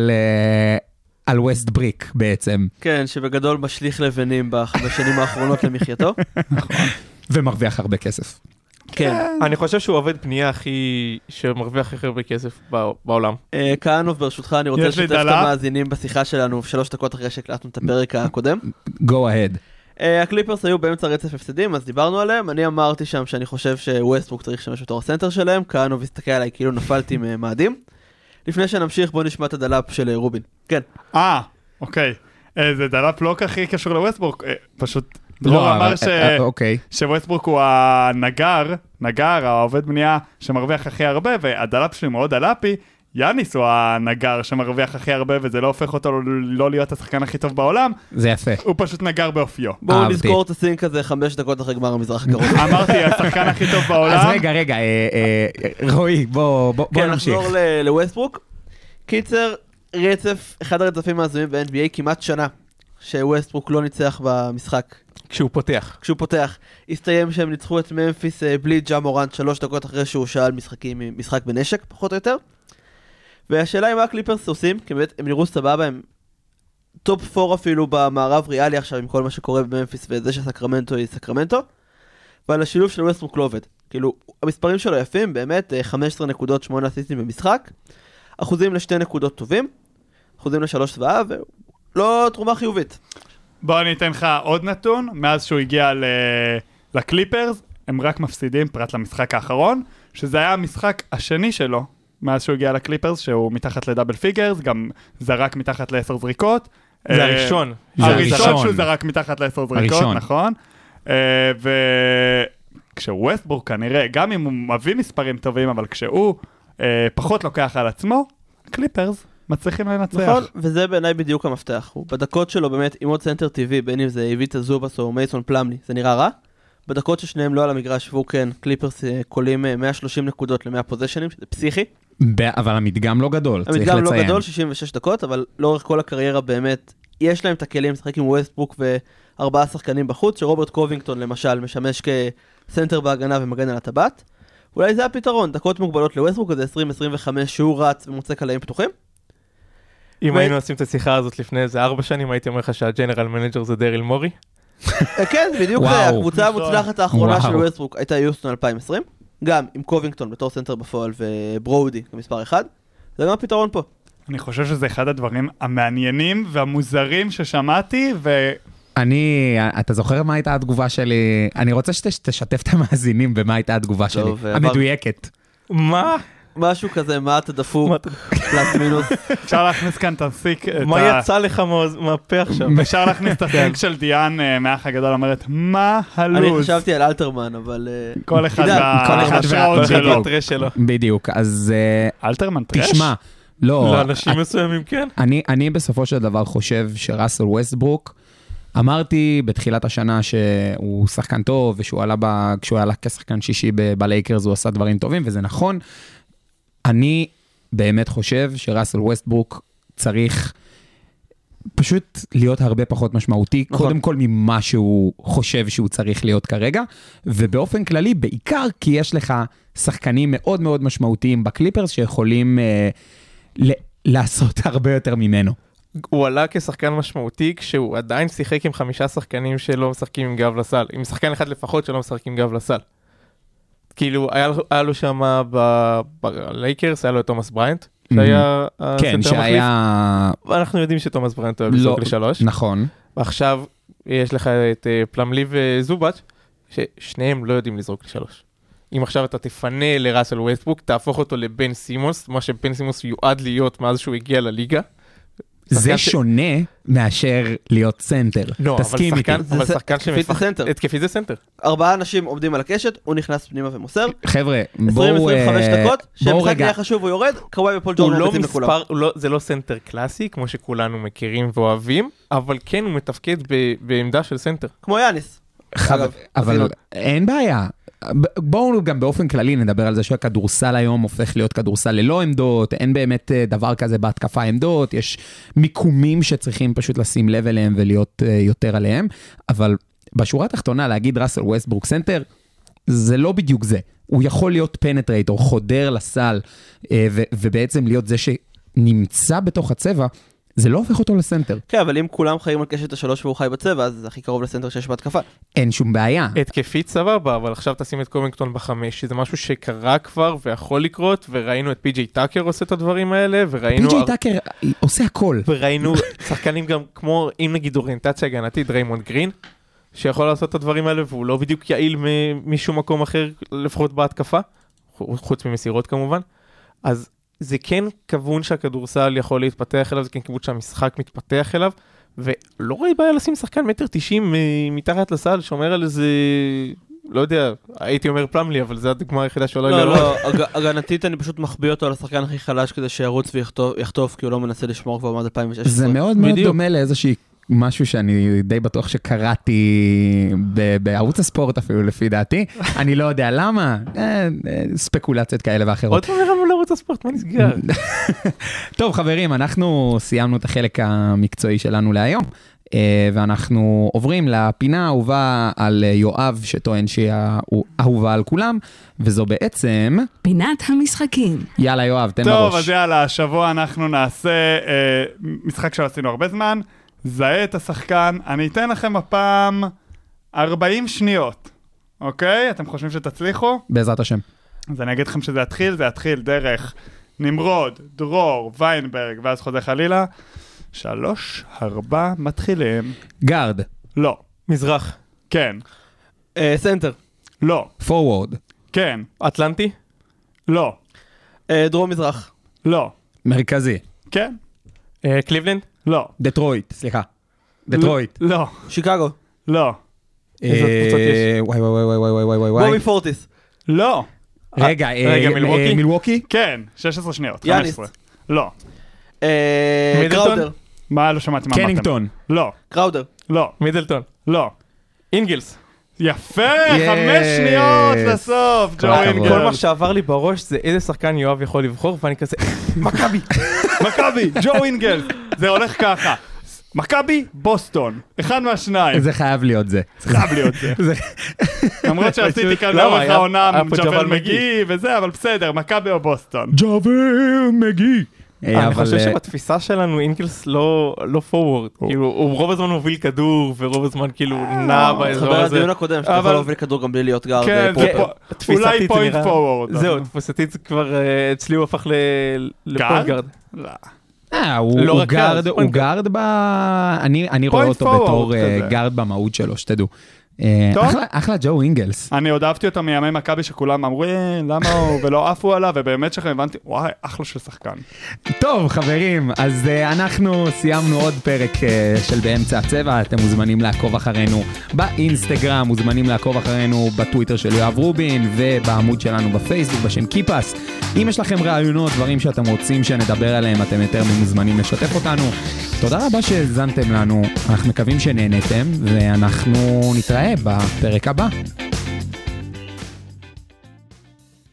על ווסט בריק בעצם. כן, שבגדול משליך לבנים בשנים האחרונות למחייתו. ומרוויח הרבה כסף. כן. אני חושב שהוא עובד פנייה שמרוויח הכי הרבה כסף בעולם. כהנוב, ברשותך, אני רוצה יש לי לשתף את דלה. המאזינים בשיחה שלנו 3 דקות אחרי שהקלטנו את הפרק הקודם. Go ahead. הקליפרס היו באמצע רצף הפסדים, אז דיברנו עליהם. אני אמרתי שם שאני חושב שווסטברוק צריך לשמש בתור הסנטר שלהם. כהנוב הסתכל עליי כאילו נפלתי ממאדים. לפני שנמשיך, בוא נשמע את הדלאפ של רובין. כן. אוקיי. זה דלאפ לא כך קשור לווסטברוק, פשוט דרור אמר שווסטברוק הוא הנגר, העובד בנייה שמרוויח הכי הרבה, והדלאפ שלי מאוד דלאפי, יאניס הוא הנגר שמרוויח הכי הרבה, וזה לא הופך אותו לא להיות השחקן הכי טוב בעולם. זה יפה. הוא פשוט נגר באופיו. בואו נזכור את הסינק הזה 5 דקות אחרי גמר המזרח הקרוב. אמרתי, השחקן הכי טוב בעולם. אז רגע, רועי, בוא נמשיך. נחזור לווסטברוק. קיצר, אחד הרצפים מהזויים ב-NBA כמעט שנה, שווסטברוק לא ניצח במשחק. כשהוא פותח. הסתיים שהם ניצחו את ממפיס בלי ג'ה מורנט 3 דקות אחרי שהוא שאל משחק בנשק, פחות או יותר. והשאלה היא מה הקליפרס עושים, כי באמת הם נראו סבבה, הם טופ 4 אפילו במערב ריאלי עכשיו עם כל מה שקורה בממפיס וזה שסקרמנטו היא סקרמנטו, ועל השילוב של ווסטברוק לא עובד. כאילו, המספרים שלו יפים, באמת 15 נקודות 8 אסיסטים במשחק, אחוזים ל2 נקודות טובים, אחוזים ל3 צבעה, ולא תרומה חיובית. בוא אני אתן לך עוד נתון, מאז שהוא הגיע לקליפרס, הם רק מפסידים פרט למשחק האחרון, שזה היה המשחק השני שלו, מאז שהוא הגיע לקליפרס, שהוא מתחת לדאבל פיגרס, גם זרק מתחת ל10 זריקות. זה הראשון. הראשון שהוא זרק מתחת ל10 זריקות, נכון. וכשווסטברוק כנראה, גם אם הוא מביא מספרים טובים, אבל כשהוא פחות לוקח על עצמו, קליפרס מצליחים לנצח. נכון, וזה בעיניי בדיוק המפתח. הוא בדקות שלו באמת עם עוד סנטר טבעי, בין אם זה איביטה זובס או מייסון פלמלי, זה נראה רע. בדקות ששניהם לא על המגרש, והוא כן, קליפרס קולים 130 נקודות ל100 פוזיישנים, שזה פסיכי. אבל המדגם לא גדול, צריך המדגם לציין. לא גדול, 66 דקות, אבל לאורך כל הקריירה באמת, יש להם את הכלים לשחק עם ווסטברוק ו4 שחקנים בחוץ, שרוברט קובינגטון למשל משמש כסנטר בהגנה ומגן על הטבעת. אולי זה הפתרון, דקות מוגבלות לווסטברוק, זה 20-25 שהוא רץ ומוצא קלעים פתוחים. אם היינו עושים את השיחה הזאת לפני איזה 4 שנים, הייתי אומר לך שהג'נרל מנג'ר זה דריל מורי. כן, בדיוק זה, הקבוצה המוצלחת האחרונה של ווסטברוק הייתה יוסטון 2020, גם עם קובינגטון בתור סנטר בפועל וברודי כמספר 1, זה גם הפתרון פה. אני חושב שזה אחד הדברים המעניינים והמוזרים ששמעתי, אתה זוכר מה הייתה התגובה שלי? אני רוצה שתשתף את המאזינים במה הייתה התגובה שלי, המדויקת. מה? משהו כזה, מה אתה דפוק, פלס מינוס. אפשר להכניס כאן את הסיק. מה יצא לך מהפה עכשיו? אפשר להכניס את הסיק של דיאן מהאח הגדול, אומרת, מה הלוז? אני חשבתי על אלתרמן, אבל... כל אחד והשעות שלו. בדיוק, אז... אלתרמן טרש? תשמע, לא... לאנשים מסוימים כן. אני בסופו של דבר חושב שראסל ווסטברוק, אמרתי בתחילת השנה שהוא שחקן טוב, וכשהוא עלה כשחקן שישי בלייקרס, הוא עשה דברים טובים, וזה נכון. אני באמת חושב שראסל ווסטברוק צריך פשוט להיות הרבה פחות משמעותי, נכון. קודם כל ממה שהוא חושב שהוא צריך להיות כרגע, ובאופן כללי, בעיקר כי יש לך שחקנים מאוד מאוד משמעותיים בקליפרס, שיכולים לעשות הרבה יותר ממנו. הוא עלה כשחקן משמעותי, כשהוא עדיין שיחק עם 5 שחקנים שלא משחקים עם גב לסל, עם שחקן אחד לפחות שלא משחקים עם גב לסל. כאילו, היה לו שם בלייקרס, היה לו את תומאס בריינט, שהיה כן, שהיה... ואנחנו יודעים שתומאס בריינט אוהב לזרוק ל3. נכון. ועכשיו יש לך את פלמלי וזובץ', ששניהם לא יודעים לזרוק ל3. אם עכשיו אתה תפנה לראסל ווסטברוק, תהפוך אותו לבן סימונס, מה שבן סימונס יועד להיות מאז שהוא הגיע לליגה. זה שונה מאשר להיות סנטר. לא, תסכים איתי. אבל שחקן שמפחד. התקפי זה סנטר. 4 אנשים עומדים על הקשת, הוא נכנס פנימה ומוסר. חבר'ה, 20-25 דקות, שהמשחק נהיה חשוב הוא יורד, קוואי ופול ג'ורג' מרביצים לכולם. זה לא סנטר קלאסי, כמו שכולנו מכירים ואוהבים, אבל כן הוא מתפקד בעמדה של סנטר. כמו יאניס. אבל אין בעיה. בואו גם באופן כללי נדבר על זה שהכדורסל היום הופך להיות כדורסל ללא עמדות, אין באמת דבר כזה בהתקפה עמדות, יש מיקומים שצריכים פשוט לשים לב אליהם ולהיות יותר עליהם, אבל בשורה התחתונה להגיד ראסל ווסטברוק סנטר, זה לא בדיוק זה. הוא יכול להיות פנטרייטור, חודר לסל, ובעצם להיות זה שנמצא בתוך הצבע, זה לא הופך אותו לסנטר. כן, אבל אם כולם חיים על קשת ה3 והוא חי בצבע, אז זה הכי קרוב לסנטר שיש בהתקפה. אין שום בעיה. התקפית סבבה, אבל עכשיו תשים את קובינגטון ב5, שזה משהו שקרה כבר ויכול לקרות, וראינו את פי.ג'יי טאקר עושה את הדברים האלה, וראינו... פי.ג'יי טאקר עושה הכל. וראינו שחקנים גם כמו, אם נגיד אוריינטציה הגנתית, דריימונד גרין, שיכול לעשות את הדברים האלה, והוא לא בדיוק יעיל משום מקום אחר, לפחות בהתקפה, חוץ ממסירות כמובן. אז זה כן כיוון שהכדורסל יכול להתפתח אליו, זה כן כיוון שהמשחק מתפתח אליו, ולא רואה בעיה לשים שחקן 1.90 מטר מתחת לסל, שאומר על איזה, לא יודע, הייתי אומר פלמלי, אבל זה הדוגמה היחידה שאולי לא, הגנתית אני פשוט מחביא אותו על השחקן הכי חלש כדי שירוץ ויחטוף, כי הוא לא מנסה לשמור כבר עד 2016. זה מאוד מאוד דומה לאיזושהי משהו שאני די בטוח שקראתי בערוץ הספורט אפילו לפי דעתי, אני לא יודע למה, ספקולציות כאלה ואחרות. עוד פעם הרמנו לערוץ הספורט, מה נסגר? טוב חברים, אנחנו סיימנו את החלק המקצועי שלנו להיום, ואנחנו עוברים לפינה האהובה על יואב, שטוען שהיא אהובה על כולם, וזו בעצם פינת המשחקים. יאללה יואב, תן בראש. טוב, אז יאללה, השבוע אנחנו נעשה משחק שעשינו הרבה זמן, זהה את השחקן, אני אתן לכם הפעם 40 שניות, אוקיי? אתם חושבים שתצליחו? בעזרת השם. אז אני אגיד לכם שזה יתחיל דרך נמרוד, דרור, ויינברג, ואז חוזר חלילה. 3, 4, מתחילים. גארד. לא. מזרח. כן. סנטר. לא. פורוורד. כן. אטלנטי. לא. דרום מזרח. לא. מרכזי. כן. קליבלנד. לא. דטרויט, סליחה. דטרויט. לא. שיקגו. לא. איזה קבוצות יש? וואי. בובי פורטיס. לא. רגע, מילווקי? מילווקי? כן. 16 שניות. יאניס. 15. לא. קראודר. מה? לא שמעתי מה אמרתם. קנינגטון. לא. קראודר. לא. מידלטון. לא. אינגלס. יפה, 5 שניות לסוף, ג'ו אינגלס. כל מה שעבר לי בראש זה איזה שחקן יואב יכול לבחור, ואני כזה, מכבי. מכבי, ג'ו אינגלס. זה הולך ככה. מכבי, בוסטון. אחד מהשניים. זה חייב להיות זה. חייב להיות זה. למרות שעשיתי כאן לאורך העונה ג'בל מגי וזה, אבל בסדר, מכבי או בוסטון. ג'בל מגי. אני חושב שבתפיסה שלנו אינגלס לא פורוורד, כאילו הוא רוב הזמן מוביל כדור ורוב הזמן כאילו נע באזור חבר הזה. הדיון הקודם שאתה יכול להוביל כדור גם בלי להיות גארד. כן, אולי פוינט פורוורד. זהו, תפוסתית זה כבר אצלי הוא הפך לפוינט גארד. הוא גארד אני רואה אותו בתור גארד במהות שלו, שתדעו. אחלה ג'ו אינגלס. אני עוד אהבתי אותו מימי מכבי שכולם אמרו למה הוא ולא עפו עליו, ובאמת שכם הבנתי וואי אחלה של שחקן. טוב חברים, אז אנחנו סיימנו עוד פרק של באמצע הצבע. אתם מוזמנים לעקוב אחרינו באינסטגרם, מוזמנים לעקוב אחרינו בטוויטר של יואב רובין ובעמוד שלנו בפייסבוק בשם קיפס. אם יש לכם רעיונות, דברים שאתם רוצים שנדבר עליהם, אתם יותר מוזמנים לשתף אותנו. תודה רבה שהזנתם לנו, אנחנו מקווים שנהנתם ואנחנו נתראה בפרק הבא.